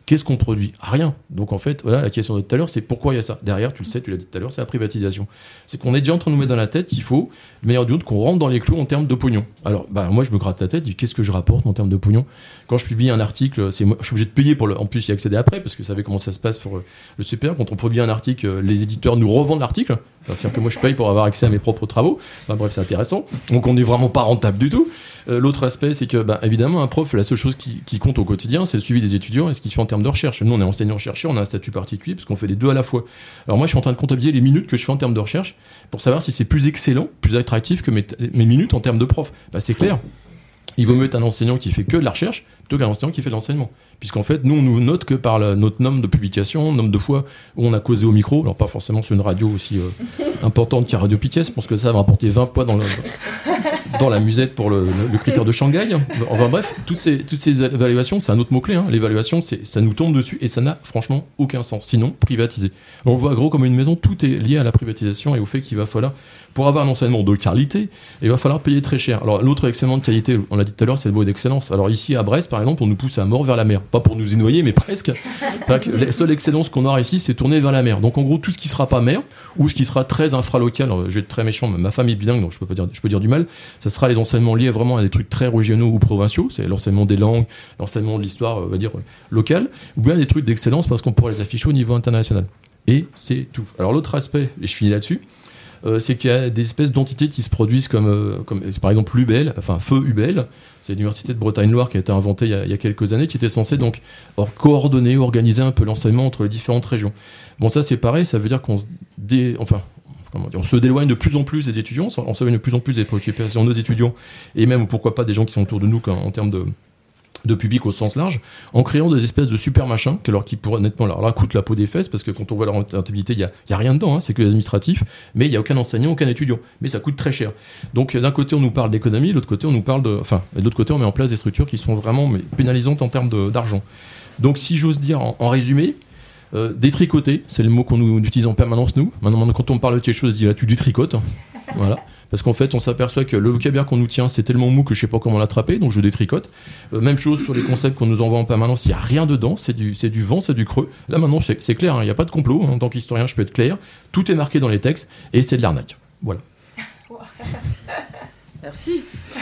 Qu'est-ce qu'on produit ? Rien. Donc en fait, voilà, la question de tout à l'heure, c'est pourquoi il y a ça ? Derrière, tu le sais, tu l'as dit tout à l'heure, c'est la privatisation. C'est qu'on est déjà en train de nous mettre dans la tête qu'il faut, le meilleur du monde, qu'on rentre dans les clous en termes de pognon. Alors, bah, moi, je me gratte la tête, je dis, qu'est-ce que je rapporte en termes de pognon ? Quand je publie un article, c'est moi, je suis obligé de payer pour le, en plus y accéder après, parce que vous savez comment ça se passe pour le supérieur. Quand on publie un article, les éditeurs nous revendent l'article. Enfin, c'est-à-dire que moi, je paye pour avoir accès à mes propres travaux. Enfin, bref, c'est intéressant. Donc, on n'est vraiment pas rentable du tout. Euh, l'autre aspect, c'est que, bah, évidemment, un prof, la seule chose qui, qui compte au quotidien, c'est le suivi des étudiants et ce qu'il fait en termes de recherche. Nous, on est enseignant-chercheur, on a un statut particulier parce qu'on fait les deux à la fois. Alors moi, je suis en train de comptabiliser les minutes que je fais en termes de recherche pour savoir si c'est plus excellent, plus attractif que mes, mes minutes en termes de prof. Bah, c'est clair. Il vaut mieux être un enseignant qui fait que de la recherche plutôt qu'un enseignant qui fait de l'enseignement. Puisqu'en fait, nous, on nous note que par la, notre nombre de publications, nombre de fois où on a causé au micro, alors pas forcément sur une radio aussi euh, importante qu'à Radio Piquet, je pense que ça va rapporter vingt poids dans, le, dans la musette pour le, le, le critère de Shanghai. Enfin bref, toutes ces, toutes ces évaluations, c'est un autre mot-clé. Hein. L'évaluation, c'est, ça nous tombe dessus et ça n'a franchement aucun sens. Sinon, privatiser. On le voit gros comme une maison, tout est lié à la privatisation et au fait qu'il va falloir, pour avoir un enseignement de qualité, il va falloir payer très cher. Alors l'autre excellente qualité, on l'a dit tout à l'heure, c'est le mot d'excellence. Alors ici à Brest, par exemple, on nous pousse à mort vers la mer. Pas pour nous y noyer, mais presque. La seule excellence qu'on aura ici, c'est tourner vers la mer. Donc en gros, tout ce qui sera pas mer, ou ce qui sera très infralocal, je vais être très méchant, ma femme est bilingue, donc je peux pas dire, je peux dire du mal, ça sera les enseignements liés vraiment à des trucs très régionaux ou provinciaux, c'est l'enseignement des langues, l'enseignement de l'histoire, on va dire, locale, ou bien des trucs d'excellence parce qu'on pourra les afficher au niveau international. Et c'est tout. Alors l'autre aspect, et je finis là-dessus, Euh, c'est qu'il y a des espèces d'entités qui se produisent comme, euh, comme par exemple l'U B L, enfin Feu U B L, c'est l'université de Bretagne-Loire qui a été inventée il y a, il y a quelques années, qui était censée donc or, coordonner, organiser un peu l'enseignement entre les différentes régions. Bon, ça c'est pareil, ça veut dire qu'on se dé... enfin, comment dire, on se déloigne de plus en plus des étudiants, on s'éloigne de plus en plus des préoccupations de nos étudiants, et même pourquoi pas des gens qui sont autour de nous quand, en termes de de public au sens large, en créant des espèces de super machins qui, alors, qui pourraient honnêtement alors là, coûtent la peau des fesses, parce que quand on voit leur rentabilité, il n'y a, y a rien dedans, hein, c'est que les administratifs, mais il n'y a aucun enseignant, aucun étudiant. Mais ça coûte très cher. Donc d'un côté, on nous parle d'économie, de l'autre côté, on nous parle de. Enfin, de l'autre côté, on met en place des structures qui sont vraiment mais, pénalisantes en termes de, d'argent. Donc si j'ose dire, en, en résumé, euh, détricoter, c'est le mot qu'on nous utilise en permanence, nous. Maintenant, quand on parle de quelque chose, on dit là, tu détricotes. Voilà. Parce qu'en fait, on s'aperçoit que le vocabulaire qu'on nous tient, c'est tellement mou que je sais pas comment l'attraper, donc je détricote. Euh, même chose sur les concepts qu'on nous envoie en permanence, il n'y a rien dedans, c'est du, c'est du vent, c'est du creux. Là maintenant, c'est, c'est clair, il hein, n'y a pas de complot, hein, en tant qu'historien, je peux être clair. Tout est marqué dans les textes, et c'est de l'arnaque. Voilà. Merci.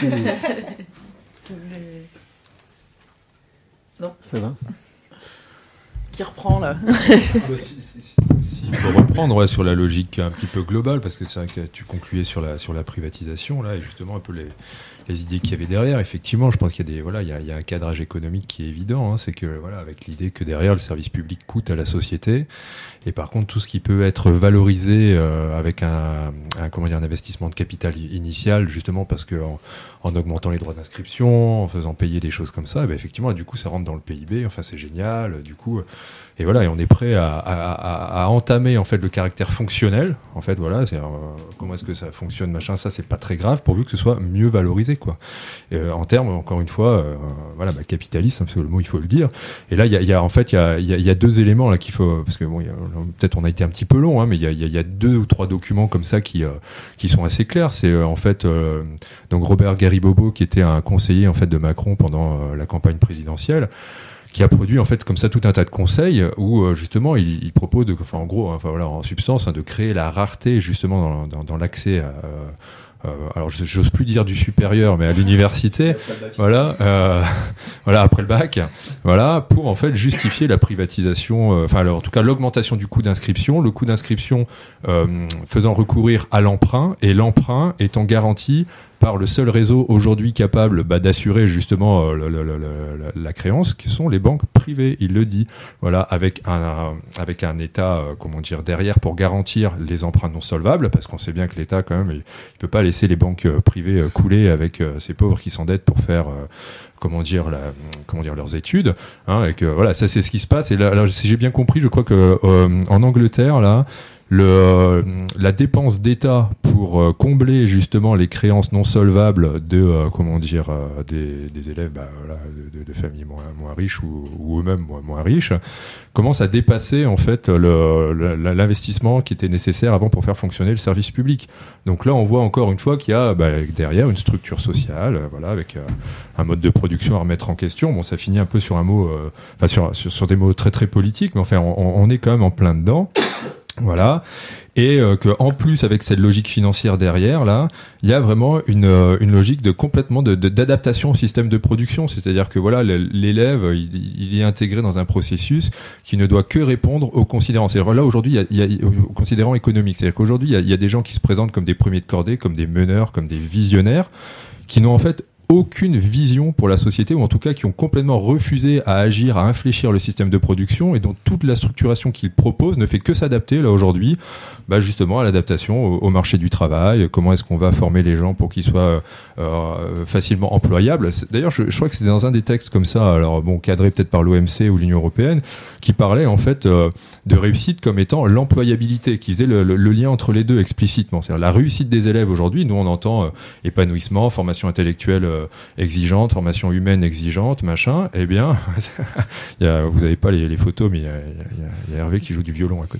Non, ça va. Qui reprend là. si, si, si, si il faut reprendre ouais, sur la logique un petit peu globale, parce que c'est vrai que tu concluais sur la, sur la privatisation, là, et justement un peu les, les idées qu'il y avait derrière. Effectivement, je pense qu'il y a, des, voilà, il y a, il y a un cadrage économique qui est évident, hein, c'est que voilà, avec l'idée que derrière, le service public coûte à la société, et par contre, tout ce qui peut être valorisé euh, avec un, un, comment dire, un investissement de capital initial, justement parce que en, en augmentant les droits d'inscription, en faisant payer des choses comme ça, et ben effectivement, du coup, ça rentre dans le P I B, enfin, c'est génial, du coup... Et voilà, et on est prêt à, à, à, à entamer en fait le caractère fonctionnel. En fait, voilà, c'est euh, comment est-ce que ça fonctionne, machin. Ça, c'est pas très grave, pourvu que ce soit mieux valorisé, quoi. Et, euh, en termes, encore une fois, euh, voilà, bah, capitaliste, hein, parce que le mot, il faut le dire. Et là, il y a, y a, en fait, il y a, y, a, y a deux éléments là qu'il faut, parce que bon, y a, peut-être on a été un petit peu long, hein, mais il y a, y, a, y a deux ou trois documents comme ça qui, euh, qui sont assez clairs. C'est euh, en fait euh, donc Robert Garibobo, qui était un conseiller en fait de Macron pendant euh, la campagne présidentielle, qui a produit en fait comme ça tout un tas de conseils où euh, justement il, il propose de, enfin en gros, enfin voilà, en substance, hein, de créer la rareté justement dans, dans, dans l'accès à, euh, alors j'ose plus dire du supérieur, mais à l'université, voilà, euh, voilà après le bac, voilà, pour en fait justifier la privatisation, euh, enfin alors, en tout cas l'augmentation du coût d'inscription, le coût d'inscription euh, faisant recourir à l'emprunt et l'emprunt étant garanti par le seul réseau aujourd'hui capable bah, d'assurer justement euh, le, le, le, le, la créance, qui sont les banques privées. Il le dit, voilà, avec un avec un État, euh, comment dire, derrière pour garantir les emprunts non solvables, parce qu'on sait bien que l'État quand même, il, il peut pas laisser les banques euh, privées euh, couler avec euh, ces pauvres qui s'endettent pour faire euh, comment dire la, comment dire leurs études, hein, et que voilà, ça c'est ce qui se passe. Et là, alors, si j'ai bien compris, je crois que euh, en Angleterre là, le, la dépense d'État pour euh, combler justement les créances non solvables de euh, comment dire euh, des, des élèves bah, voilà, de, de, de familles moins, moins riches ou, ou eux-mêmes moins, moins riches commence à dépasser en fait le, le, l'investissement qui était nécessaire avant pour faire fonctionner le service public. Donc là on voit encore une fois qu'il y a bah, derrière une structure sociale, euh, voilà, avec euh, un mode de production à remettre en question. Bon, ça finit un peu sur un mot, enfin euh, sur, sur sur des mots très très politiques, mais enfin on, on est quand même en plein dedans. Voilà, et euh, que en plus avec cette logique financière derrière là, il y a vraiment une euh, une logique de complètement de, de d'adaptation au système de production, c'est-à-dire que voilà l'élève il, il est intégré dans un processus qui ne doit que répondre aux considérants. C'est-à-dire là aujourd'hui il y a, il y a aux considérants économiques, c'est-à-dire qu'aujourd'hui il y a, il y a des gens qui se présentent comme des premiers de cordée, comme des meneurs, comme des visionnaires, qui n'ont en fait aucune vision pour la société, ou en tout cas qui ont complètement refusé à agir, à infléchir le système de production, et dont toute la structuration qu'ils proposent ne fait que s'adapter là aujourd'hui bah, justement à l'adaptation au, au marché du travail. Comment est-ce qu'on va former les gens pour qu'ils soient euh, facilement employables. D'ailleurs je, je crois que c'est dans un des textes comme ça, alors bon cadré peut-être par l'O M C ou l'Union Européenne, qui parlait en fait euh, de réussite comme étant l'employabilité, qui faisait le, le, le lien entre les deux explicitement. C'est-à-dire la réussite des élèves aujourd'hui, nous on entend euh, épanouissement, formation intellectuelle euh, exigeante, formation humaine exigeante, machin, eh bien, il y a, vous n'avez pas les, les photos, mais il y, a, il, y a, il y a Hervé qui joue du violon à côté.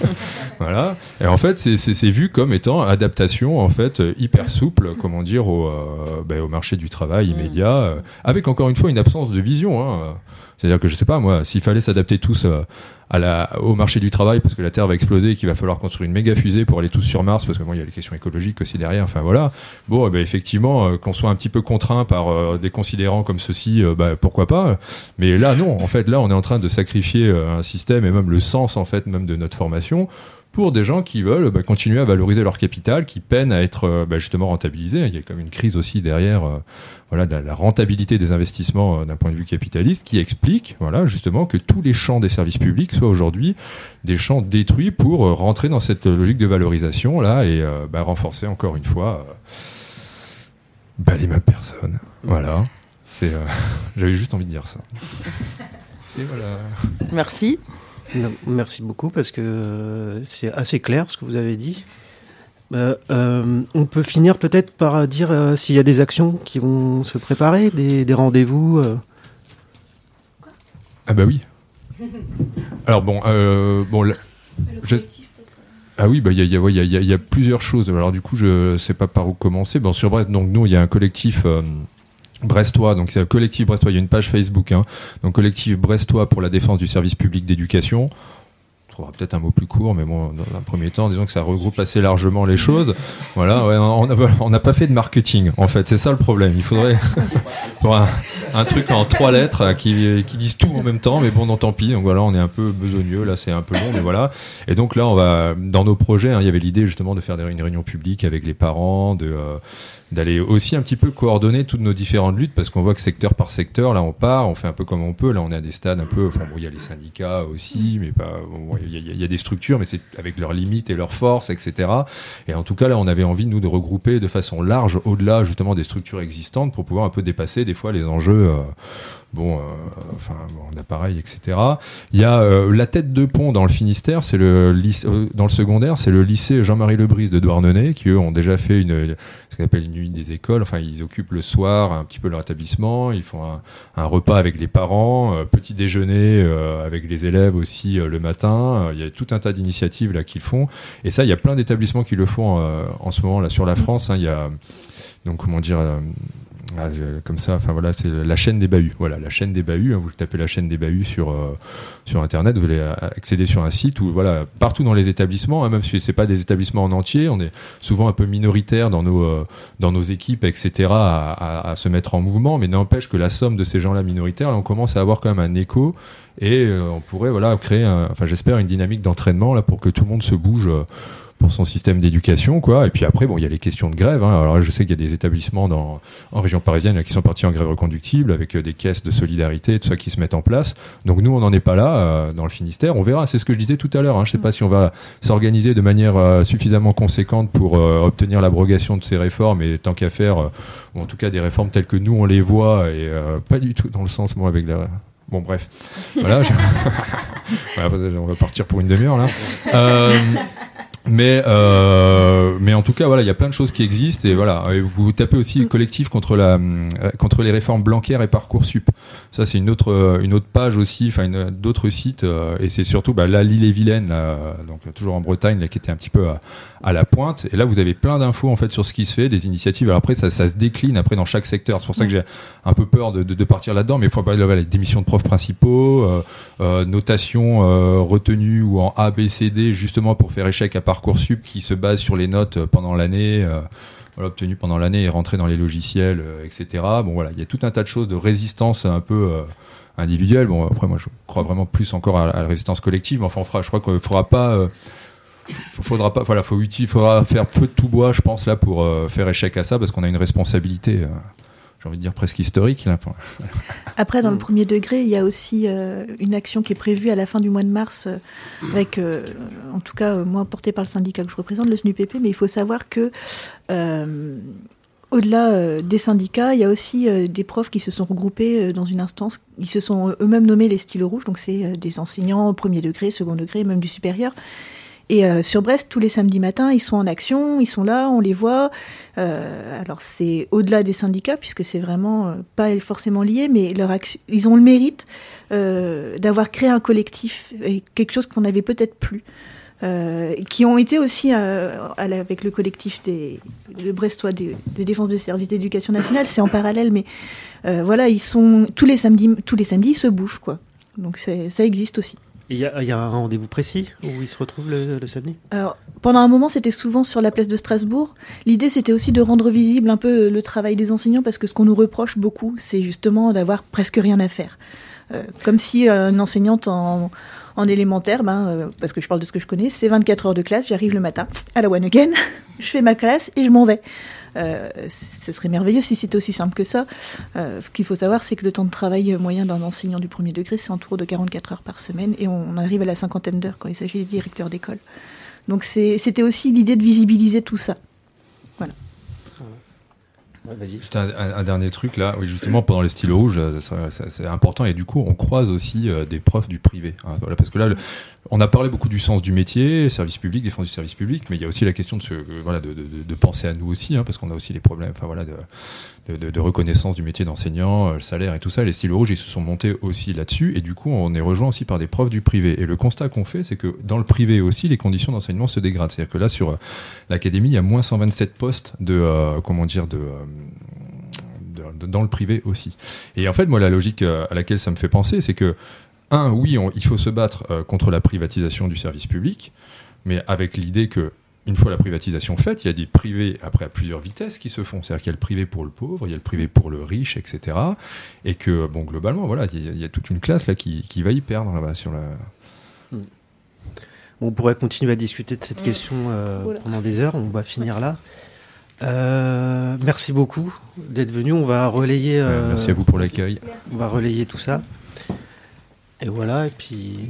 Voilà. Et en fait, c'est, c'est, c'est vu comme étant adaptation, en fait, hyper souple, comment dire, au, euh, ben, au marché du travail immédiat, euh, avec encore une fois une absence de vision, hein. C'est-à-dire que je sais pas, moi, s'il fallait s'adapter tous euh, à la, au marché du travail parce que la Terre va exploser et qu'il va falloir construire une méga fusée pour aller tous sur Mars, parce que bon, il y a les questions écologiques aussi derrière, enfin voilà. Bon, eh ben, effectivement, euh, qu'on soit un petit peu contraint par euh, des considérants comme ceci, euh, bah, pourquoi pas. Mais là, non. En fait, là, on est en train de sacrifier euh, un système et même le sens, en fait, même de notre formation, pour des gens qui veulent bah, continuer à valoriser leur capital, qui peinent à être euh, bah, justement rentabilisés. Il y a comme une crise aussi derrière euh, voilà, de la rentabilité des investissements euh, d'un point de vue capitaliste, qui explique voilà, justement que tous les champs des services publics soient aujourd'hui des champs détruits pour euh, rentrer dans cette logique de valorisation là et euh, bah, renforcer encore une fois euh, bah, les mêmes personnes. Voilà. C'est, euh, j'avais juste envie de dire ça. Et voilà. Merci. Merci beaucoup parce que euh, c'est assez clair ce que vous avez dit. Euh, euh, on peut finir peut-être par dire euh, s'il y a des actions qui vont se préparer, des, des rendez-vous. Euh. Ah bah oui. Alors bon, euh, bon. Le je... Ah oui, bah il y a, y, a, y, a, y, a, y a plusieurs choses. Alors du coup, je sais pas par où commencer. Bon, sur Brest, donc nous, il y a un collectif. Euh, Brestois, donc c'est le collectif Brestois, il y a une page Facebook, hein, donc collectif Brestois pour la défense du service public d'éducation. On trouvera peut-être un mot plus court, mais bon, dans un premier temps, disons que ça regroupe assez largement les choses. Voilà, ouais, on n'a pas fait de marketing, en fait, c'est ça le problème. Il faudrait pour un, un truc en trois lettres qui, qui disent tout en même temps, mais bon, non, tant pis. Donc voilà, on est un peu besogneux, là, c'est un peu long, mais voilà. Et donc là, on va, dans nos projets, hein, il y avait l'idée justement de faire des, une réunion publique avec les parents, de euh, d'aller aussi un petit peu coordonner toutes nos différentes luttes, parce qu'on voit que secteur par secteur, là on part, on fait un peu comme on peut, là on est à des stades un peu, enfin bon, il y a les syndicats aussi, mais pas, bon, il y, y a des structures, mais c'est avec leurs limites et leurs forces, et cetera. Et en tout cas là on avait envie nous de regrouper de façon large, au-delà justement des structures existantes, pour pouvoir un peu dépasser des fois les enjeux, euh, bon, euh, enfin bon, d'appareil, et cetera. Il y a euh, la tête de pont dans le Finistère, c'est le lycée, euh, dans le secondaire, c'est le lycée Jean-Marie Lebris de Douarnenez, qui eux ont déjà fait une, ce qu'on appelle une nuit des écoles. Enfin, ils occupent le soir un petit peu leur établissement, ils font un, un repas avec les parents, euh, petit déjeuner euh, avec les élèves aussi euh, le matin. Il y a tout un tas d'initiatives là qu'ils font, et ça, il y a plein d'établissements qui le font euh, en ce moment là sur la France. Hein, il y a donc comment dire. Euh, Ah, je, comme ça, enfin voilà, c'est la chaîne des bahuts. Voilà, la chaîne des bahuts. Hein, vous tapez la chaîne des bahuts sur euh, sur internet, vous allez accéder sur un site où voilà, partout dans les établissements, hein, même si c'est pas des établissements en entier, on est souvent un peu minoritaire dans nos euh, dans nos équipes, et cetera, à, à, à se mettre en mouvement, mais n'empêche que la somme de ces gens-là minoritaires, là, on commence à avoir quand même un écho, et euh, on pourrait voilà créer, un, enfin j'espère une dynamique d'entraînement là pour que tout le monde se bouge. Euh, pour son système d'éducation, quoi. Et puis après, bon, il y a les questions de grève, hein. Alors là, je sais qu'il y a des établissements dans, en région parisienne là, qui sont partis en grève reconductible avec euh, des caisses de solidarité, tout ça qui se mettent en place. Donc nous, on n'en est pas là euh, dans le Finistère. On verra. C'est ce que je disais tout à l'heure. Hein. Je sais pas si on va s'organiser de manière euh, suffisamment conséquente pour euh, obtenir l'abrogation de ces réformes, et tant qu'à faire, euh, ou en tout cas des réformes telles que nous on les voit, et euh, pas du tout dans le sens, moi, avec la. Bon, bref. Voilà. Je... voilà, on va partir pour une demi-heure là. Euh... Mais, euh, mais en tout cas, voilà, il y a plein de choses qui existent et voilà. Et vous tapez aussi le collectif contre la, contre les réformes Blanquer et Parcoursup. Ça, c'est une autre, une autre page aussi, enfin, une, d'autres sites. Euh, et c'est surtout, bah, là, l'Ille-et-Vilaine, là, donc toujours en Bretagne, là, qui était un petit peu à, à la pointe. Et là, vous avez plein d'infos, en fait, sur ce qui se fait, des initiatives. Alors après, ça, ça se décline après dans chaque secteur. C'est pour ça que j'ai un peu peur de, de, de partir là-dedans. Mais il faut pas, là, les démissions de profs principaux, euh, euh, notation, euh, retenue ou en A, B, C, D, justement pour faire échec à Parcoursup qui se base sur les notes pendant l'année, euh, voilà, obtenues pendant l'année et rentrées dans les logiciels, euh, et cetera. Bon voilà, il y a tout un tas de choses de résistance un peu euh, individuelle. Bon après moi je crois vraiment plus encore à, à la résistance collective, mais enfin on fera, je crois qu'il faudra pas, euh, faudra pas, voilà, faut utile, faudra faire feu de tout bois, je pense là pour euh, faire échec à ça parce qu'on a une responsabilité. Euh, j'ai envie de dire presque historique là. Après, dans le premier degré, il y a aussi euh, une action qui est prévue à la fin du mois de mars, euh, avec, euh, en tout cas, euh, moi, portée par le syndicat que je représente, le S N U P P, mais il faut savoir que, euh, au-delà euh, des syndicats, il y a aussi euh, des profs qui se sont regroupés euh, dans une instance, ils se sont eux-mêmes nommés les stylos rouges, donc c'est euh, des enseignants au premier degré, second degré, même du supérieur. Et euh, sur Brest, tous les samedis matins, ils sont en action, ils sont là, on les voit. Euh, alors c'est au-delà des syndicats, puisque c'est vraiment euh, pas forcément lié, mais leur action, ils ont le mérite euh, d'avoir créé un collectif, et quelque chose qu'on n'avait peut-être plus. Euh, qui ont été aussi euh, avec le collectif des, de Brestois de, de défense de services d'éducation nationale, c'est en parallèle, mais euh, voilà, ils sont tous les samedis, tous les samedis, ils se bougent, quoi. Donc c'est, ça existe aussi. Il y, y a un rendez-vous précis où ils se retrouvent le, le samedi ? Alors, pendant un moment, c'était souvent sur la place de Strasbourg. L'idée, c'était aussi de rendre visible un peu le travail des enseignants, parce que ce qu'on nous reproche beaucoup, c'est justement d'avoir presque rien à faire. Euh, comme si euh, une enseignante en, en élémentaire, ben, euh, parce que je parle de ce que je connais, c'est vingt-quatre heures de classe, j'arrive le matin à la one again, je fais ma classe et je m'en vais. Euh, ce serait merveilleux si c'était aussi simple que ça. Euh, ce qu'il faut savoir, c'est que le temps de travail moyen d'un enseignant du premier degré, c'est autour de quarante-quatre heures par semaine, et on arrive à la cinquantaine d'heures quand il s'agit des directeurs d'école. Donc c'est, c'était aussi l'idée de visibiliser tout ça. Voilà. Ouais, vas-y. Juste un, un, un dernier truc là, oui, justement pendant les stylos rouges, ça, ça, c'est important, et du coup on croise aussi euh, des profs du privé, hein, voilà, parce que là le, on a parlé beaucoup du sens du métier, service public, défense du service public, mais il y a aussi la question de, ce, euh, voilà, de, de, de penser à nous aussi, hein, parce qu'on a aussi les problèmes, enfin voilà, de, de, de, de reconnaissance du métier d'enseignant, euh, le salaire et tout ça. Les stylos rouges ils se sont montés aussi là-dessus, et du coup on est rejoint aussi par des profs du privé. Et le constat qu'on fait, c'est que dans le privé aussi, les conditions d'enseignement se dégradent. C'est-à-dire que là sur euh, l'académie, il y a moins cent vingt-sept postes de, euh, comment dire, de euh, dans le privé aussi. Et en fait, moi, la logique à laquelle ça me fait penser, c'est que, un, oui, on, il faut se battre euh, contre la privatisation du service public, mais avec l'idée que, une fois la privatisation faite, il y a des privés, après, à plusieurs vitesses qui se font. C'est-à-dire qu'il y a le privé pour le pauvre, il y a le privé pour le riche, et cetera. Et que, bon, globalement, voilà, il y a, il y a toute une classe là qui, qui va y perdre là-bas sur la... On pourrait continuer à discuter de cette mmh. question euh, voilà. pendant des heures. On va finir là. Euh, merci beaucoup d'être venu. On va relayer. Euh, ouais, merci à vous pour l'accueil. On va relayer tout ça. Et voilà. Et puis.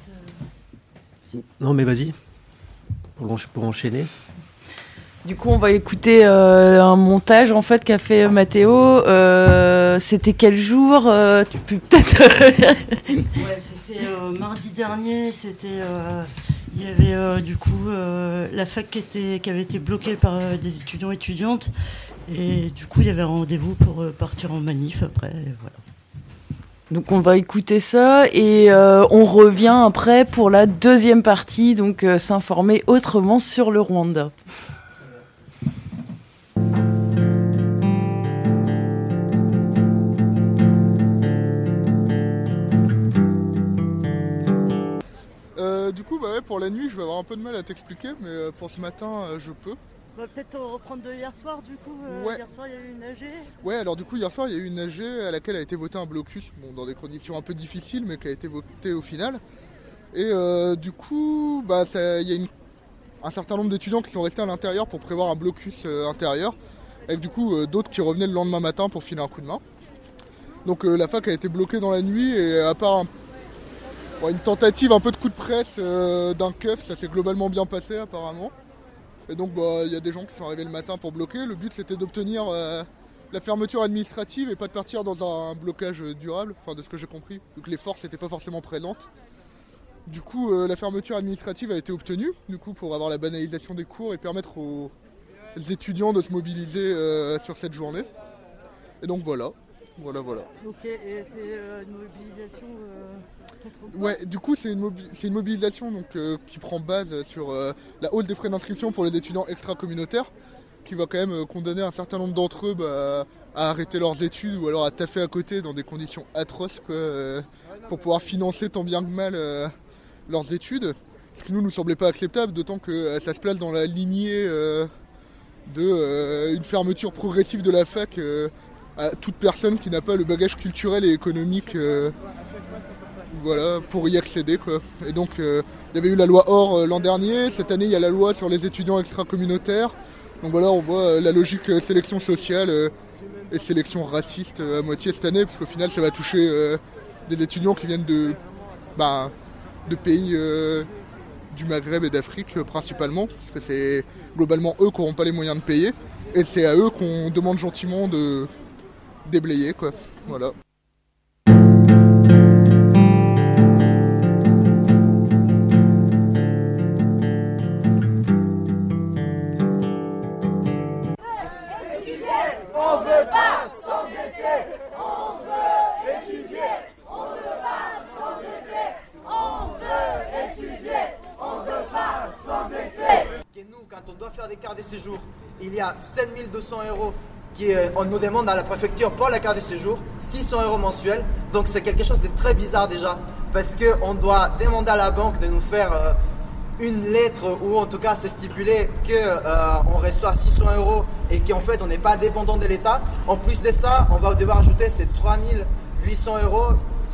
Non, mais vas-y. Pour, pour enchaîner. Du coup, on va écouter euh, un montage en fait qu'a fait Mathéo. Euh, c'était quel jour euh, Tu peux peut-être. Ouais, c'était euh, mardi dernier. C'était. Euh... Il y avait euh, du coup euh, la fac qui, était, qui avait été bloquée par euh, des étudiants et étudiantes, et du coup il y avait un rendez-vous pour euh, partir en manif après, et voilà. Donc on va écouter ça et euh, on revient après pour la deuxième partie, donc euh, s'informer autrement sur le Rwanda. Du coup, bah ouais, pour la nuit, je vais avoir un peu de mal à t'expliquer, mais pour ce matin, euh, je peux. On va peut-être reprendre de hier soir, du coup. Euh, ouais. Hier soir, il y a eu une A G. Ouais, alors du coup, hier soir, il y a eu une A G à laquelle a été voté un blocus, bon, dans des conditions un peu difficiles, mais qui a été voté au final. Et euh, du coup, bah, il y a une, un certain nombre d'étudiants qui sont restés à l'intérieur pour prévoir un blocus euh, intérieur, avec du coup euh, d'autres qui revenaient le lendemain matin pour filer un coup de main. Donc euh, la fac a été bloquée dans la nuit, et à part un Bon, une tentative un peu de coup de presse euh, d'un keuf, ça s'est globalement bien passé apparemment. Et donc bah, y a des gens qui sont arrivés le matin pour bloquer. Le but c'était d'obtenir euh, la fermeture administrative et pas de partir dans un blocage durable, enfin de ce que j'ai compris, vu que les forces n'étaient pas forcément présentes. Du coup, euh, la fermeture administrative a été obtenue, du coup, pour avoir la banalisation des cours et permettre aux étudiants de se mobiliser euh, sur cette journée. Et donc voilà, voilà, voilà. Ok, et c'est euh, une mobilisation euh, contre quoi ? Ouais, du coup, c'est une, mobi- c'est une mobilisation donc, euh, qui prend base sur euh, la hausse des frais d'inscription pour les étudiants extra-communautaires, qui va quand même euh, condamner un certain nombre d'entre eux bah, à arrêter leurs études ou alors à taffer à côté dans des conditions atroces quoi, euh, pour pouvoir financer tant bien que mal euh, leurs études. Ce qui nous nous semblait pas acceptable, d'autant que euh, ça se place dans la lignée euh, de euh, une fermeture progressive de la fac euh, à toute personne qui n'a pas le bagage culturel et économique euh, voilà, pour y accéder quoi. Et donc euh, il y avait eu la loi Or euh, l'an dernier, cette année il y a la loi sur les étudiants extra-communautaires. Donc voilà, on voit euh, la logique euh, sélection sociale euh, et sélection raciste euh, à moitié cette année, parce qu'au final ça va toucher euh, des étudiants qui viennent de, bah, de pays euh, du Maghreb et d'Afrique euh, principalement, parce que c'est globalement eux qui n'auront pas les moyens de payer, et c'est à eux qu'on demande gentiment de déblayer quoi. Voilà. Quand on doit faire des cartes de séjour, il y a sept mille deux cents euros qu'on nous demande à la préfecture pour la carte de séjour, six cents euros mensuels. Donc c'est quelque chose de très bizarre déjà, parce qu'on doit demander à la banque de nous faire euh, une lettre où en tout cas c'est stipulé qu'on euh, reçoit six cents euros et qu'en fait on n'est pas dépendant de l'État. En plus de ça, on va devoir ajouter ces trois mille huit cents euros,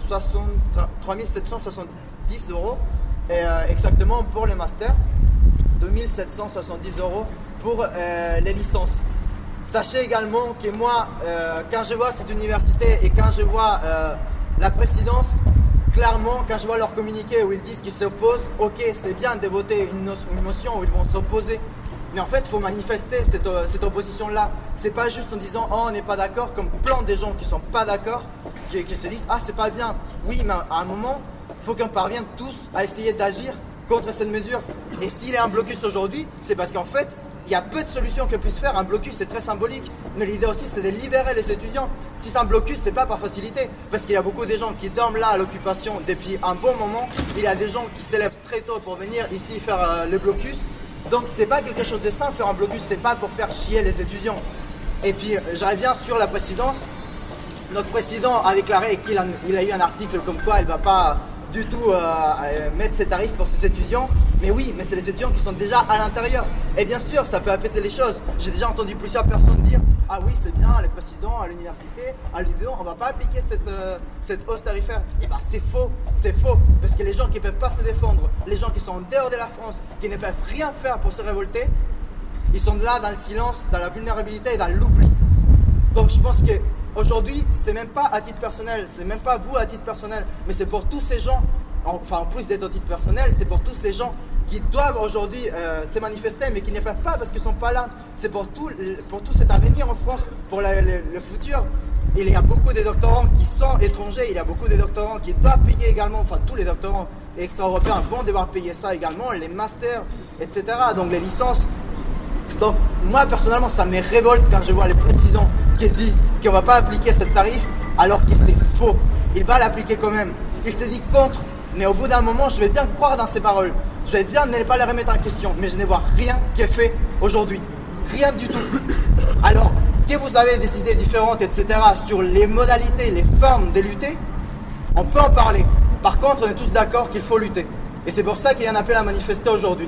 trois mille sept cent soixante-dix euros et, euh, exactement pour les masters. deux mille sept cent soixante-dix euros pour euh, les licences. Sachez également que moi, euh, quand je vois cette université et quand je vois euh, la présidence, clairement, quand je vois leur communiqué où ils disent qu'ils s'opposent, ok, c'est bien de voter une, no- une motion où ils vont s'opposer, mais en fait, il faut manifester cette, euh, cette opposition-là. C'est pas juste en disant, oh, on n'est pas d'accord, comme plein de gens qui sont pas d'accord, qui, qui se disent, ah, c'est pas bien. Oui, mais à un moment, il faut qu'on parvienne tous à essayer d'agir contre cette mesure. Et s'il y a un blocus aujourd'hui, c'est parce qu'en fait, il y a peu de solutions que puisse faire. Un blocus, c'est très symbolique. Mais l'idée aussi, c'est de libérer les étudiants. Si c'est un blocus, c'est pas par facilité. Parce qu'il y a beaucoup de gens qui dorment là à l'occupation depuis un bon moment. Il y a des gens qui s'élèvent très tôt pour venir ici faire euh, le blocus. Donc, c'est pas quelque chose de simple. Faire un blocus, c'est pas pour faire chier les étudiants. Et puis, je reviens sur la présidence. Notre président a déclaré qu'il a, il a eu un article comme quoi il va pas du tout euh, mettre ses tarifs pour ses étudiants. Mais oui, mais c'est les étudiants qui sont déjà à l'intérieur. Et bien sûr, ça peut apaiser les choses. J'ai déjà entendu plusieurs personnes dire « Ah oui, c'est bien, les présidents à l'université, à l'U B O, on ne va pas appliquer cette, euh, cette hausse tarifaire. » Et bien c'est faux, c'est faux. Parce que les gens qui ne peuvent pas se défendre, les gens qui sont en dehors de la France, qui ne peuvent rien faire pour se révolter, ils sont là dans le silence, dans la vulnérabilité et dans l'oubli. Donc je pense que aujourd'hui, c'est même pas à titre personnel, c'est même pas vous à titre personnel, mais c'est pour tous ces gens, enfin en plus d'être à titre personnel, c'est pour tous ces gens qui doivent aujourd'hui euh, se manifester, mais qui ne peuvent pas parce qu'ils ne sont pas là. C'est pour tout, pour tout cet avenir en France, pour la, le, le futur. Il y a beaucoup de doctorants qui sont étrangers, il y a beaucoup de doctorants qui doivent payer également, enfin tous les doctorants extra-européens vont devoir payer ça également, les masters, et cetera. Donc les licences. Donc moi personnellement ça me révolte quand je vois le président qui dit qu'on ne va pas appliquer ce tarif alors que c'est faux. Il va l'appliquer quand même. Il s'est dit contre, mais au bout d'un moment je vais bien croire dans ses paroles. Je vais bien ne pas les remettre en question, mais je ne vois rien qui est fait aujourd'hui. Rien du tout. Alors que vous avez des idées différentes, et cetera sur les modalités, les formes de lutter, on peut en parler. Par contre on est tous d'accord qu'il faut lutter. Et c'est pour ça qu'il y a un appel à manifester aujourd'hui.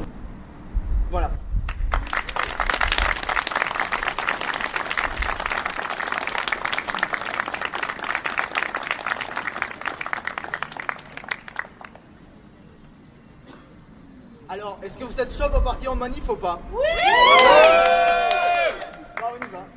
Voilà. Alors, est-ce que vous êtes chaud pour partir en manif ou pas? Oui. Bah, on y va.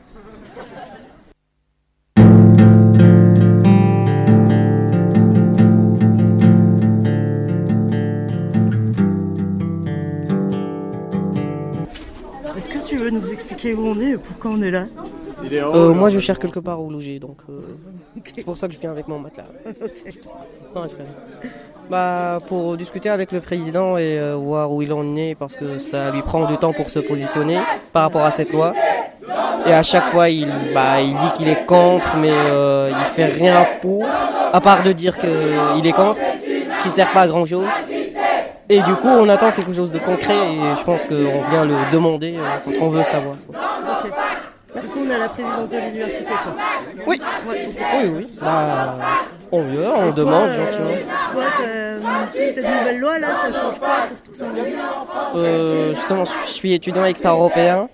Est-ce que tu veux nous expliquer où on est et pourquoi on est là? euh, Moi, je cherche quelque part où loger, donc euh, c'est pour ça que je viens avec mon matelas. Non, je fais... Bah, pour discuter avec le président et euh, voir où il en est, parce que ça lui prend du temps pour se positionner par rapport à cette loi. Et à chaque fois, il, bah, il dit qu'il est contre, mais euh, il fait rien pour, à part de dire qu'il est contre, ce qui sert pas à grand chose. Et du coup, on attend quelque chose de concret et je pense qu'on vient le demander euh, parce qu'on veut savoir. Okay. Du coup, on a la présidence de l'université, quoi. Oui, ouais, oui, oui. Bah, on veut, on demande gentiment. Toi, cette nouvelle loi là, ça change quoi pour tout ça? euh, Justement, je suis étudiant extra-européen.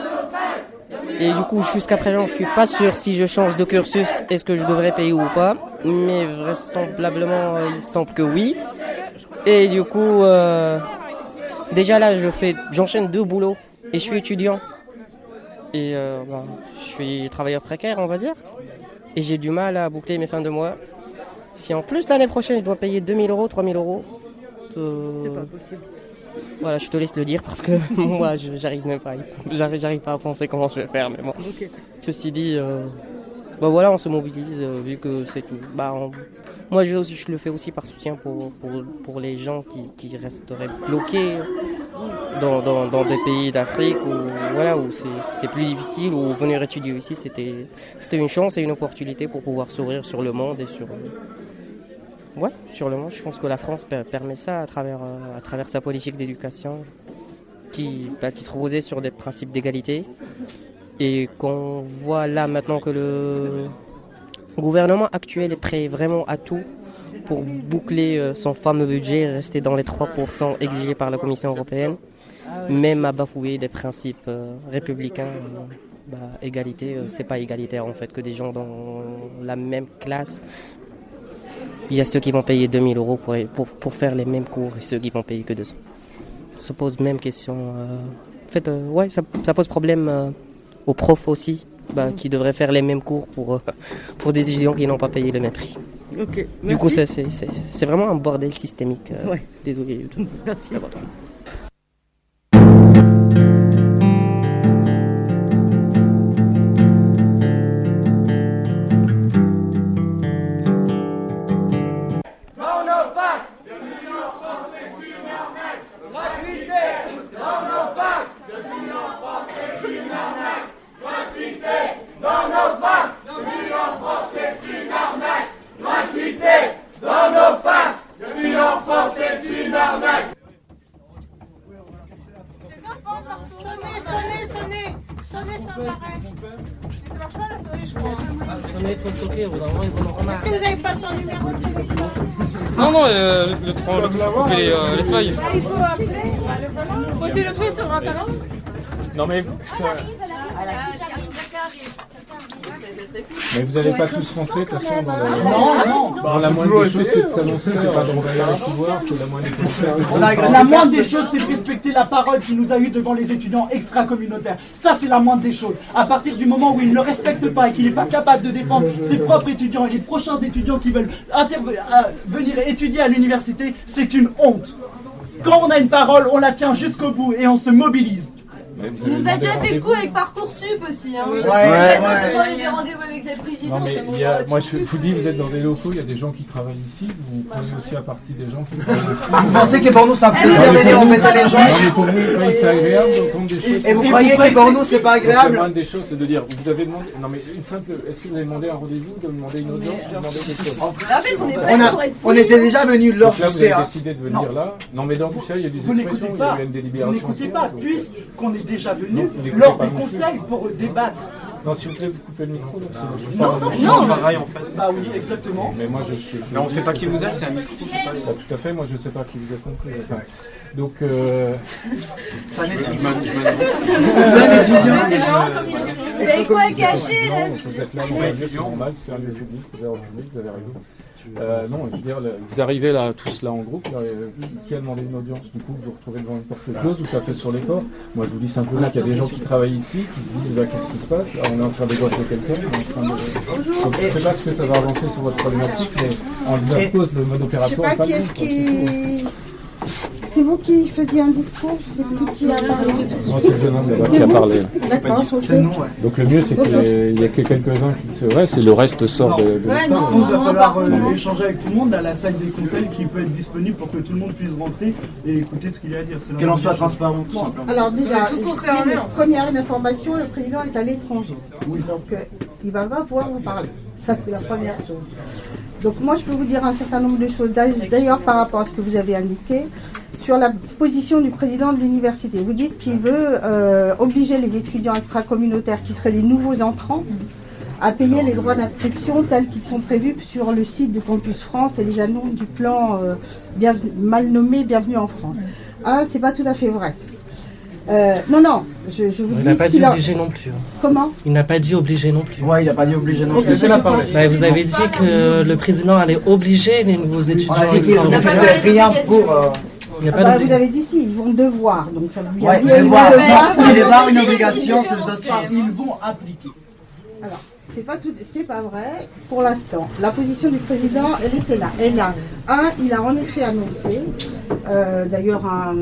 Et du coup, jusqu'à présent, je suis pas sûr si je change de cursus, est-ce que je devrais payer ou pas. Mais vraisemblablement, il semble que oui. Et du coup, euh, déjà là, je fais, j'enchaîne deux boulots et je suis étudiant. Et euh, ben, je suis travailleur précaire, on va dire. Et j'ai du mal à boucler mes fins de mois. Si en plus l'année prochaine, je dois payer deux mille euros, trois mille euros... Euh, c'est pas possible. Voilà, je te laisse le dire parce que moi, je, j'arrive même pas, à, j'arrive, j'arrive pas à penser comment je vais faire. Mais bon, okay. Ceci dit, euh, bah voilà, on se mobilise euh, vu que c'est tout. Bah, on, moi, je, je le fais aussi par soutien pour, pour, pour les gens qui, qui resteraient bloqués dans, dans, dans des pays d'Afrique où, voilà, où c'est, c'est plus difficile, où venir étudier ici, c'était, c'était une chance et une opportunité pour pouvoir s'ouvrir sur le monde et sur... Ouais, sur le monde, je pense que la France permet ça à travers, à travers sa politique d'éducation qui, bah, qui se reposait sur des principes d'égalité et qu'on voit là maintenant que le gouvernement actuel est prêt vraiment à tout pour boucler son fameux budget et rester dans les trois pour cent exigés par la Commission européenne, même à bafouer des principes républicains. Bah, égalité, c'est pas égalitaire en fait que des gens dans la même classe. Il y a ceux qui vont payer deux mille euros pour, pour, pour faire les mêmes cours et ceux qui vont payer que deux cents. On se pose même question. Euh, en fait, euh, ouais, ça, ça pose problème euh, aux profs aussi, bah, qui devraient faire les mêmes cours pour, euh, pour des étudiants qui n'ont pas payé le même prix. Okay, du coup, c'est, c'est, c'est, c'est vraiment un bordel systémique. Euh, ouais. Désolé merci. d'avoir fait ça. Est-ce que vous n'avez pas son numéro de téléphone? Non, non, euh, le tronc, le tronc, les, euh, les feuilles. Ah, il faut appeler. Il faut essayer de le trouver sur Internet. Non, mais. Mais vous n'allez pas tous rentrer, de toute façon, dans la... Non, non, dans la moindre des choses, c'est de s'annoncer, c'est pas d'envahir le pouvoir, c'est la moindre des choses. La moindre des choses, c'est de respecter la parole qu'il nous a eue devant les étudiants extra-communautaires. Ça, c'est la moindre des choses. À partir du moment où il ne le respecte pas et qu'il n'est pas capable de défendre ses propres étudiants et les prochains étudiants qui veulent interve- à venir étudier à l'université, c'est une honte. Quand on a une parole, on la tient jusqu'au bout et on se mobilise. On nous a déjà fait le coup avec Parcoursup aussi. Hein. Ouais, ouais, ouais, ouais, ouais. ouais. Des rendez-vous avec les présidents. Non, mais il y a, moi je vous dis, vous êtes dans des locaux, il y a des gens qui travaillent ici, vous prenez aussi à partie des gens qui travaillent ici. Vous pensez que pour nous c'est un plaisir de venir embêter les gens? Non, mais pour vous, vous croyez que c'est agréable d'entendre des choses? Et vous croyez que pour nous c'est pas agréable? La des choses, c'est de dire, vous avez demandé, non mais une simple, est-ce que vous avez demandé un rendez-vous, de demander une audience, de demander quelque chose? En fait, on est on, a, on était déjà venus lors Donc là, du vous C A. avez décidé de venir là. Non, mais dans tout ça, il y a des Vous n'écoutez expressions, il y pas, a eu une vous délibération. n'écoutez pas, puisqu'on est déjà venu n'écoutez lors pas des non plus. conseils pour débattre. Non, s'il vous plaît, vous coupez le micro. donc c'est- je Non, parle- non, je non. pareil en fait. Ah oui, exactement. Mais moi, je, je, je Mais on sait pas qui vous êtes, c'est un micro, je sais pas. Bah, tout à fait, moi je sais pas qui vous êtes compris. Enfin, donc, euh... ça n'est Je pas. Vous avez quoi à cacher là? Vous êtes là, dans un lieu, c'est normal, c'est un lieu public, vous avez public, vous avez raison. Euh, non, je veux dire, vous arrivez là, tous là en groupe, là, euh, qui a demandé une audience, du coup, vous vous retrouvez devant une porte close, vous tapez sur les portes. Moi, je vous dis simplement qu'il y a des gens qui travaillent ici, qui se disent, bah, qu'est-ce qui se passe? Là, on est en train d'égorger quelqu'un, on est en train de... Donc, je ne sais pas ce que ça va avancer sur votre problématique, mais on vous impose le mode opératoire. Je sais pas qui est-ce qui... C'est vous qui faisiez un discours, je sais plus qui a parlé. Non, c'est le jeune homme là-bas qui a parlé. D'accord, C'est nous, ouais. Donc le mieux, c'est qu'il n'y a que quelques-uns qui se restent et le reste sort de, de Ouais, l'espace. non, il va falloir euh, échanger avec tout le monde à la salle des conseils qui peut être disponible pour que tout le monde puisse rentrer et écouter ce qu'il y a à dire. Qu'elle en soit transparente, tout Bon, simplement. alors déjà, tous concernés, hein. première information, le président est à l'étranger. Oui. Donc euh, il va pas pouvoir vous parler. Ça, c'est la première chose. Donc moi, je peux vous dire un certain nombre de choses. D'ailleurs, par rapport à ce que vous avez indiqué, sur la position du président de l'université. Vous dites qu'il veut euh, obliger les étudiants extracommunautaires, qui seraient les nouveaux entrants, à payer les droits d'inscription tels qu'ils sont prévus sur le site de Campus France et les annonces du plan euh, bien, mal nommé Bienvenue en France. Ah, c'est pas tout à fait vrai. Euh, non, non, je, je vous Il dis. n'a pas dit a... obligé non plus. Comment? Il n'a pas dit obligé non plus. Ouais, il n'a pas dit obligé non plus. Obligé, la bah, vous avez dit que le président allait obliger les nouveaux étudiants. On a dit qu'il ne faisait rien pour. Euh... Il y a ah pas bah, vous avez dit si, ils vont devoir. Donc ça veut dire ouais, dire, devoir. Ils Il est pas une obligation, c'est les autres. Ils vont appliquer. Alors, c'est pas tout, c'est pas vrai pour l'instant. La position du président, elle est là. Elle a un, il a en effet annoncé, euh, d'ailleurs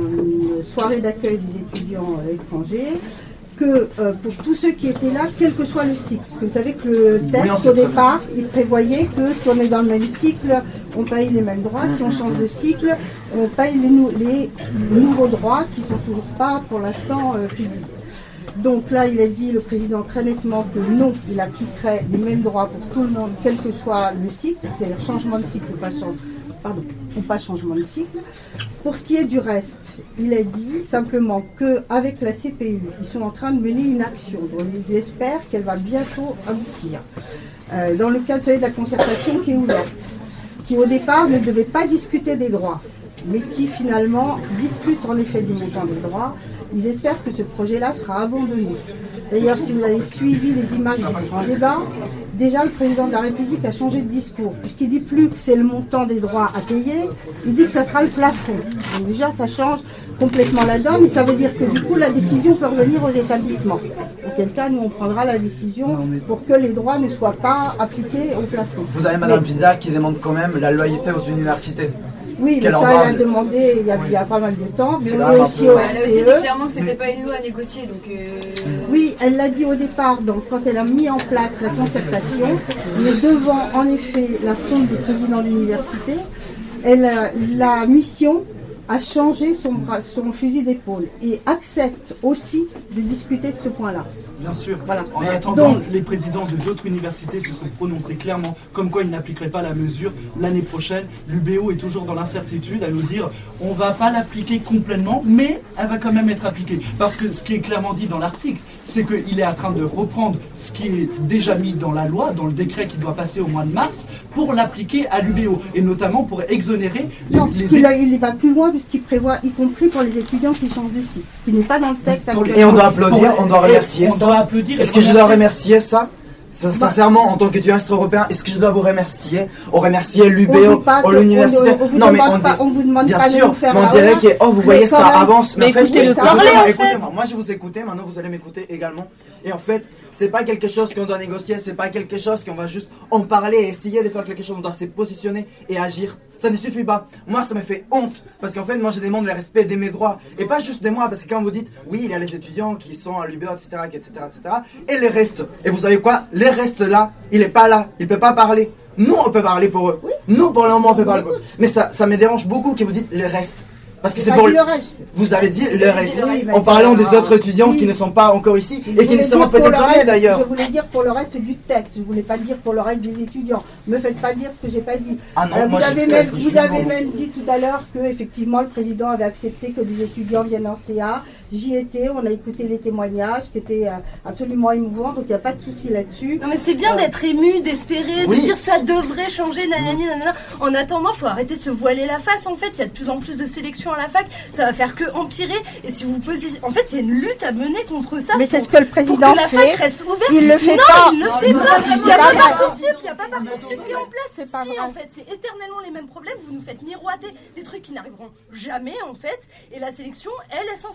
une soirée d'accueil des étudiants étrangers, que euh, pour tous ceux qui étaient là, quel que soit le cycle, parce que vous savez que le texte oui, au départ, il prévoyait que si on est dans le même cycle, on paye les mêmes droits, si on change de cycle, on paye les, nou les nouveaux droits qui sont toujours pas pour l'instant euh, publiés. Donc là, il a dit, le président, très nettement que non, il appliquerait les mêmes droits pour tout le monde, quel que soit le cycle, c'est-à-dire changement de cycle, pas, change, pardon, ou pas changement de cycle. Pour ce qui est du reste, il a dit simplement qu'avec la C P U, ils sont en train de mener une action dont ils espèrent qu'elle va bientôt aboutir. Euh, dans le cadre de la concertation qui est ouverte, qui au départ ne devait pas discuter des droits, mais qui finalement discute en effet du montant des droits. Ils espèrent que ce projet-là sera abandonné. D'ailleurs, si vous avez suivi les images du grand débat, déjà le président de la République a changé de discours, puisqu'il dit plus que c'est le montant des droits à payer, il dit que ça sera le plafond. Donc déjà, ça change complètement la donne, et ça veut dire que du coup, la décision peut revenir aux établissements. Auquel cas, nous, on prendra la décision pour que les droits ne soient pas appliqués au plafond. Vous avez Mme Vida qui demande quand même la loyauté aux universités. Oui, mais ça, elle a demandé il y a, il y a pas mal de temps. Mais on est aussi au R C E. Elle a aussi dit clairement que c'était pas une loi à négocier. Donc euh... Oui, elle l'a dit au départ, donc, quand elle a mis en place la concertation, mais devant en effet la fonte du président de l'université, elle a, la mission a changé son, son fusil d'épaule et accepte aussi de discuter de ce point-là. Bien sûr. Voilà. En attendant, Donc, les présidents de d'autres universités se sont prononcés clairement comme quoi ils n'appliqueraient pas la mesure l'année prochaine. L'U B O est toujours dans l'incertitude à nous dire on ne va pas l'appliquer complètement, mais elle va quand même être appliquée. Parce que ce qui est clairement dit dans l'article, c'est qu'il est en train de reprendre ce qui est déjà mis dans la loi, dans le décret qui doit passer au mois de mars, pour l'appliquer à l'U B O, et notamment pour exonérer les... Non, les il, a, il va plus loin puisqu'il prévoit, y compris pour les étudiants qui changent de cycle, ce qui n'est pas dans le texte actuel. Et on doit applaudir, on doit remercier on ça. Doit applaudir Est-ce que je dois remercier ça? Sincèrement, en tant qu'étudiant extra-européen, est-ce que je dois vous remercier? On remercier l'U B O, ou l'université? Non, mais on, pas, on vous demande bien pas sûr, de nous faire mais on dirait que oh, vous voyez ça même, avance. Mais, mais écoutez-le parler, en fait. Écoutez-moi, moi je vous écoutais, maintenant vous allez m'écouter également. Et en fait, c'est pas quelque chose qu'on doit négocier, c'est pas quelque chose qu'on va juste en parler et essayer de faire quelque chose. On doit se positionner et agir. Ça ne suffit pas. Moi, ça me fait honte parce qu'en fait, moi, je demande le respect de mes droits et pas juste de moi. Parce que quand vous dites, oui, il y a les étudiants qui sont à l'U B O, et cetera, et cetera, et cetera, et les restes. Et vous savez quoi? Les restes là, il est pas là, il peut pas parler. Nous, on peut parler pour eux. Nous, pour le moment, on peut parler pour eux. Mais ça, ça me dérange beaucoup que vous dites les restes. Parce que c'est pour. Le reste. Vous avez dit le reste. Oui, en parlant des autres étudiants oui. qui ne sont pas encore ici je et qui ne seront peut-être jamais d'ailleurs. Je voulais dire pour le reste du texte. Je voulais pas dire pour le reste des étudiants. Me faites pas dire ce que j'ai pas dit. Ah non, euh, moi vous avez même, fait, vous avez même dit tout à l'heure que effectivement le président avait accepté que des étudiants viennent en C A. J'y étais, on a écouté les témoignages qui étaient absolument émouvants, donc il n'y a pas de souci là-dessus. Non mais c'est bien euh, d'être ému, d'espérer, oui. de dire ça devrait changer, nanani, nanana. En attendant, il faut arrêter de se voiler la face. En fait, il y a de plus en plus de sélections à la fac, ça va faire que empirer. Et si vous posez, en fait, il y a une lutte à mener contre ça. Mais c'est pour, ce que le président pour que la fac fait. reste ouverte. Il le fait non, pas. il le fait pas. Il n'y a pas Parcoursup, il n'y a pas Parcoursup qui est en place. C'est pas si, vrai. en fait, c'est éternellement les mêmes problèmes. Vous nous faites miroiter des trucs qui n'arriveront jamais, en fait. Et la sélection, elle, elle s'installe.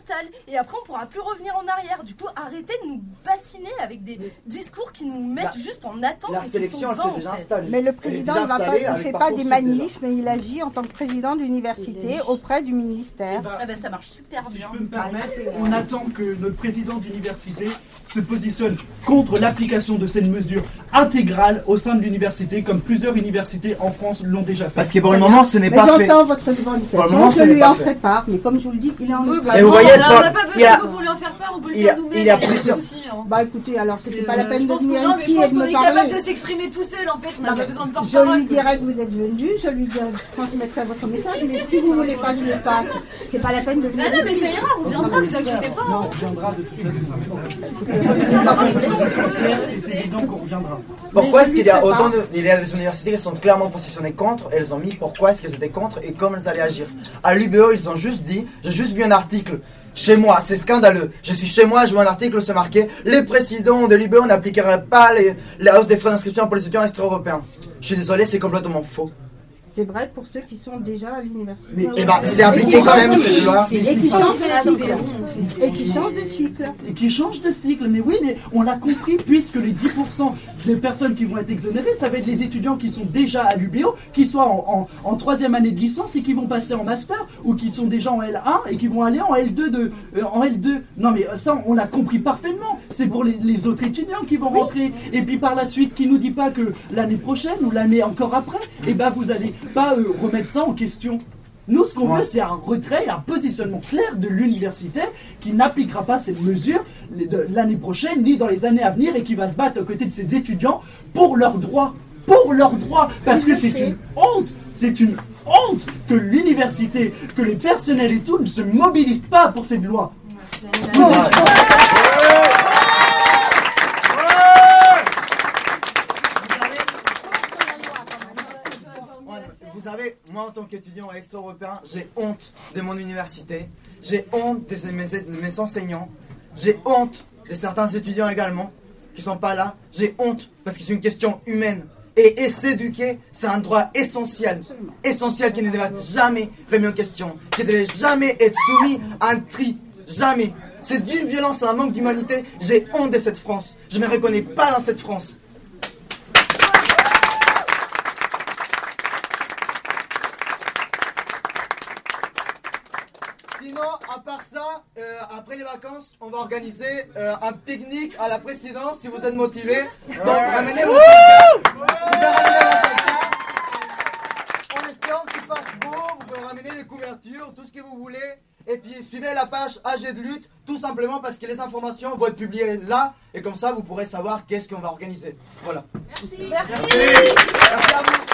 et après on pourra plus revenir en arrière. Du coup, arrêtez de nous bassiner avec des discours qui nous mettent la, juste en attente. La sélection, elle s'est déjà installée. Mais le président ne fait pas des manifs, mais il agit en tant que président d'université auprès du ministère. Ah ben, ça marche super si bien. Si je peux me permettre, on attend que notre président d'université se positionne contre l'application de cette mesure intégrale au sein de l'université, comme plusieurs universités en France l'ont déjà fait. Parce que pour le moment, ce n'est mais pas fait. J'entends votre revendication, je lui en ferai part, mais comme je vous le dis, il est en oui, bah, Et vous voyez, on n'a pas besoin a... pour lui en faire part, on peut le il faire a, nous-mêmes. Il a plusieurs. Hein. Bah écoutez, alors c'était pas euh, la peine de venir non, ici je pense et de me est parler. capable de s'exprimer tout seul en fait, on n'a pas besoin de porte-parole. Je lui dirai que vous êtes venu, je lui dirai, transmettrai votre message, mais si vous voulez pas que je le fasse, c'est pas la peine de venir ici. Non, mais ça ira, on viendra, vous inquiétez pas. Non, on viendra de toute façon. C'est évident qu'on reviendra. Pourquoi est-ce qu'il y a autant de... Il y a des universités qui sont clairement positionnées contre, et elles ont mis pourquoi est-ce qu'elles étaient contre et comment elles allaient agir. À l'U B O, ils ont juste dit, j'ai juste vu un article chez moi, c'est scandaleux. Je suis chez moi, je vois un article, c'est marqué les présidents de l'U B O n'appliqueraient pas les, les hausses des frais d'inscription pour les étudiants extra-européens. Je suis désolé, c'est complètement faux. C'est vrai pour ceux qui sont déjà à l'université. Mais eh ben, c'est appliqué quand même, cette loi. Et qui changent de cycle. Et qui changent de cycle. Et qui changent de cycle. Mais oui, mais on l'a compris, puisque les dix pour cent des personnes qui vont être exonérées, ça va être les étudiants qui sont déjà à l'U B O, qui soient en, en, en troisième année de licence et qui vont passer en master, ou qui sont déjà en L un et qui vont aller en L deux. De, euh, en L deux. Non mais ça, on l'a compris parfaitement. C'est pour les, les autres étudiants qui vont rentrer. Et puis par la suite, qui nous dit pas que l'année prochaine ou l'année encore après, et ben vous allez pas euh, remettre ça en question. Nous, ce qu'on ouais. veut, c'est un retrait et un positionnement clair de l'université qui n'appliquera pas cette mesure l'année prochaine ni dans les années à venir et qui va se battre aux côtés de ses étudiants pour leurs droits. Pour leurs droits. Parce que c'est une honte. C'est une honte que l'université, que les personnels et tout ne se mobilisent pas pour cette loi. Ouais. Ouais. Vous savez, moi en tant qu'étudiant extra-européen, j'ai honte de mon université, j'ai honte de mes, de mes enseignants, j'ai honte de certains étudiants également qui sont pas là, j'ai honte parce que c'est une question humaine. Et, et s'éduquer, c'est un droit essentiel, essentiel qui ne devrait jamais remis en question, qui ne devait jamais être soumis à un tri, jamais. C'est d'une violence et un manque d'humanité, j'ai honte de cette France, je ne me reconnais pas dans cette France. Sinon, à part ça, euh, après les vacances, on va organiser euh, un pique-nique à la présidence si vous êtes motivés. Donc, ramenez vos en espérant qu'il fasse beau, vous pouvez ramener des couvertures, tout ce que vous voulez. Et puis, suivez la page A G de lutte, tout simplement parce que les informations vont être publiées là. Et comme ça, vous pourrez savoir qu'est-ce qu'on va organiser. Voilà. Merci. Merci. Merci, Merci à vous.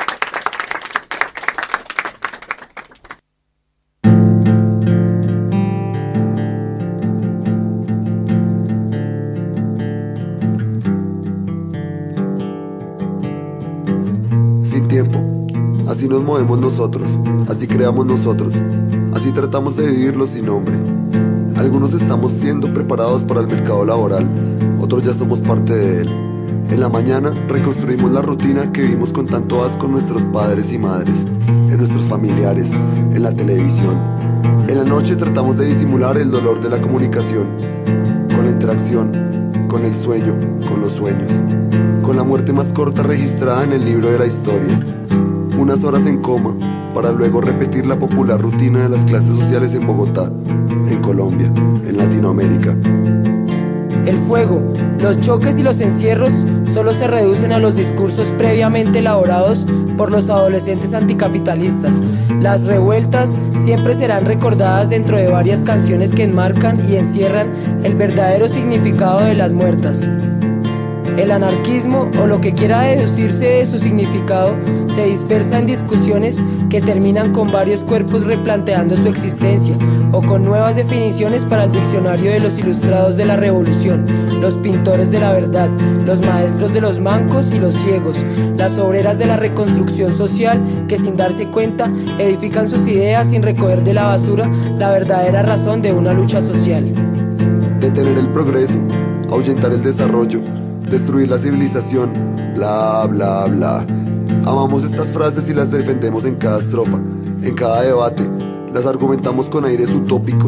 Tiempo. Así nos movemos nosotros, así creamos nosotros, así tratamos de vivirlo sin nombre. Algunos estamos siendo preparados para el mercado laboral, otros ya somos parte de él. En la mañana reconstruimos la rutina que vivimos con tanto asco en nuestros padres y madres, en nuestros familiares, en la televisión. En la noche tratamos de disimular el dolor de la comunicación, con la interacción, con el sueño, con los sueños, con la muerte más corta registrada en el libro de la historia. Unas horas en coma, para luego repetir la popular rutina de las clases sociales en Bogotá, en Colombia, en Latinoamérica. El fuego, los choques y los encierros solo se reducen a los discursos previamente elaborados por los adolescentes anticapitalistas. Las revueltas siempre serán recordadas dentro de varias canciones que enmarcan y encierran el verdadero significado de las muertas. El anarquismo, o lo que quiera deducirse de su significado, se dispersa en discusiones que terminan con varios cuerpos replanteando su existencia, o con nuevas definiciones para el diccionario de los ilustrados de la revolución, los pintores de la verdad, los maestros de los mancos y los ciegos, las obreras de la reconstrucción social que sin darse cuenta edifican sus ideas sin recoger de la basura la verdadera razón de una lucha social. Detener el progreso, ahuyentar el desarrollo, destruir la civilización, bla, bla, bla. Amamos estas frases y las defendemos en cada estrofa, en cada debate. Las argumentamos con aires utópicos,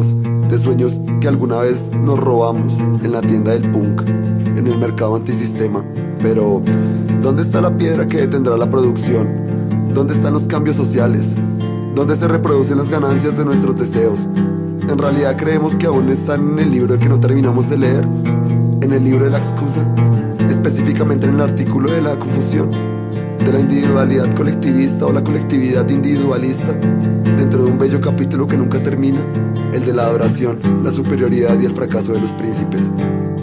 de sueños que alguna vez nos robamos en la tienda del punk, en el mercado antisistema. Pero, ¿dónde está la piedra que detendrá la producción? ¿Dónde están los cambios sociales? ¿Dónde se reproducen las ganancias de nuestros deseos? En realidad creemos que aún están en el libro que no terminamos de leer, en el libro de la excusa, específicamente en el artículo de la confusión, de la individualidad colectivista o la colectividad individualista, dentro de un bello capítulo que nunca termina, el de la adoración, la superioridad y el fracaso de los príncipes.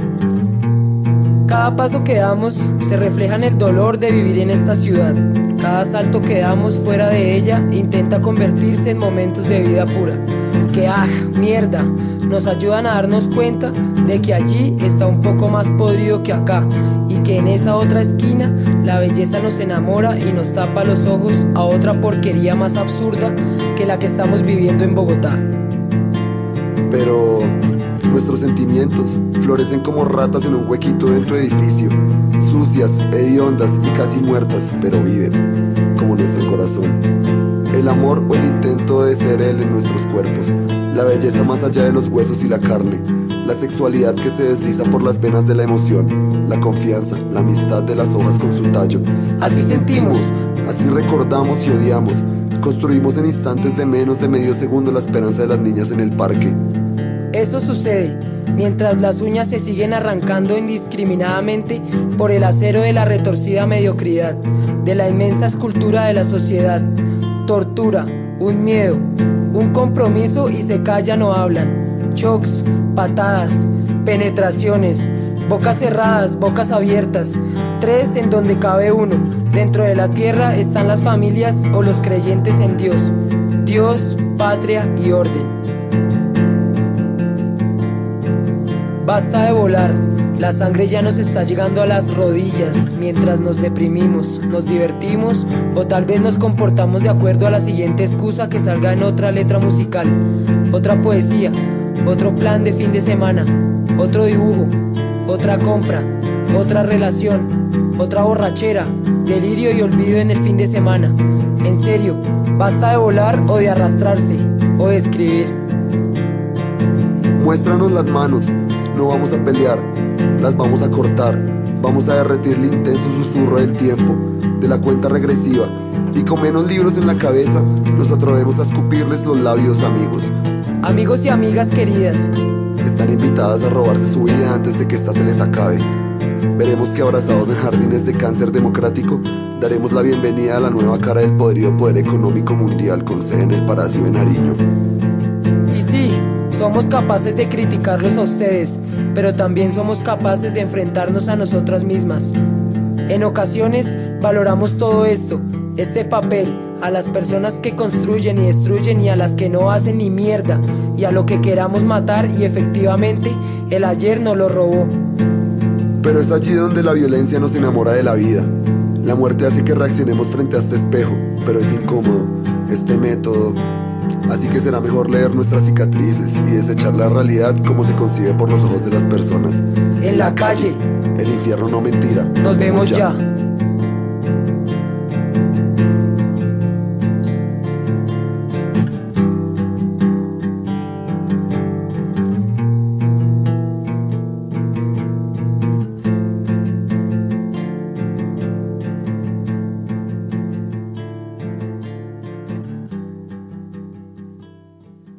Cada paso que damos se refleja en el dolor de vivir en esta ciudad. Cada salto que damos fuera de ella intenta convertirse en momentos de vida pura. Que ¡ah, mierda! Nos ayudan a darnos cuenta de que allí está un poco más podrido que acá, y que en esa otra esquina la belleza nos enamora y nos tapa los ojos a otra porquería más absurda que la que estamos viviendo en Bogotá. Pero nuestros sentimientos florecen como ratas en un huequito de tu edificio, sucias, hediondas y casi muertas, pero viven, como nuestro corazón. El amor o el intento de ser él en nuestros cuerpos, la belleza más allá de los huesos y la carne, la sexualidad que se desliza por las venas de la emoción, la confianza, la amistad de las hojas con su tallo. Así sentimos, así recordamos y odiamos, construimos en instantes de menos de medio segundo la esperanza de las niñas en el parque. Eso sucede mientras las uñas se siguen arrancando indiscriminadamente por el acero de la retorcida mediocridad, de la inmensa escultura de la sociedad. Tortura, un miedo, un compromiso y se callan o hablan. Chocs, patadas, penetraciones, bocas cerradas, bocas abiertas, tres en donde cabe uno. Dentro de la tierra están las familias o los creyentes en Dios. Dios, patria y orden. Basta de volar, la sangre ya nos está llegando a las rodillas mientras nos deprimimos, nos divertimos o tal vez nos comportamos de acuerdo a la siguiente excusa que salga en otra letra musical, otra poesía, otro plan de fin de semana, otro dibujo, otra compra, otra relación, otra borrachera, delirio y olvido en el fin de semana. En serio, basta de volar o de arrastrarse o de escribir. Muéstranos las manos. No vamos a pelear, las vamos a cortar. Vamos a derretir el intenso susurro del tiempo, de la cuenta regresiva. Y con menos libros en la cabeza, nos atrevemos a escupirles los labios, amigos. Amigos y amigas queridas, están invitadas a robarse su vida antes de que esta se les acabe. Veremos que abrazados en jardines de cáncer democrático, daremos la bienvenida a la nueva cara del podrido poder económico mundial con sede en el Palacio de Nariño. Y sí, somos capaces de criticarlos a ustedes, pero también somos capaces de enfrentarnos a nosotras mismas. En ocasiones valoramos todo esto, este papel, a las personas que construyen y destruyen y a las que no hacen ni mierda, y a lo que queramos matar y efectivamente el ayer nos lo robó. Pero es allí donde la violencia nos enamora de la vida. La muerte hace que reaccionemos frente a este espejo, pero es incómodo, este método. Así que será mejor leer nuestras cicatrices y desechar la realidad como se concibe por los ojos de las personas. En la calle, el infierno no mentira. Nos vemos ya.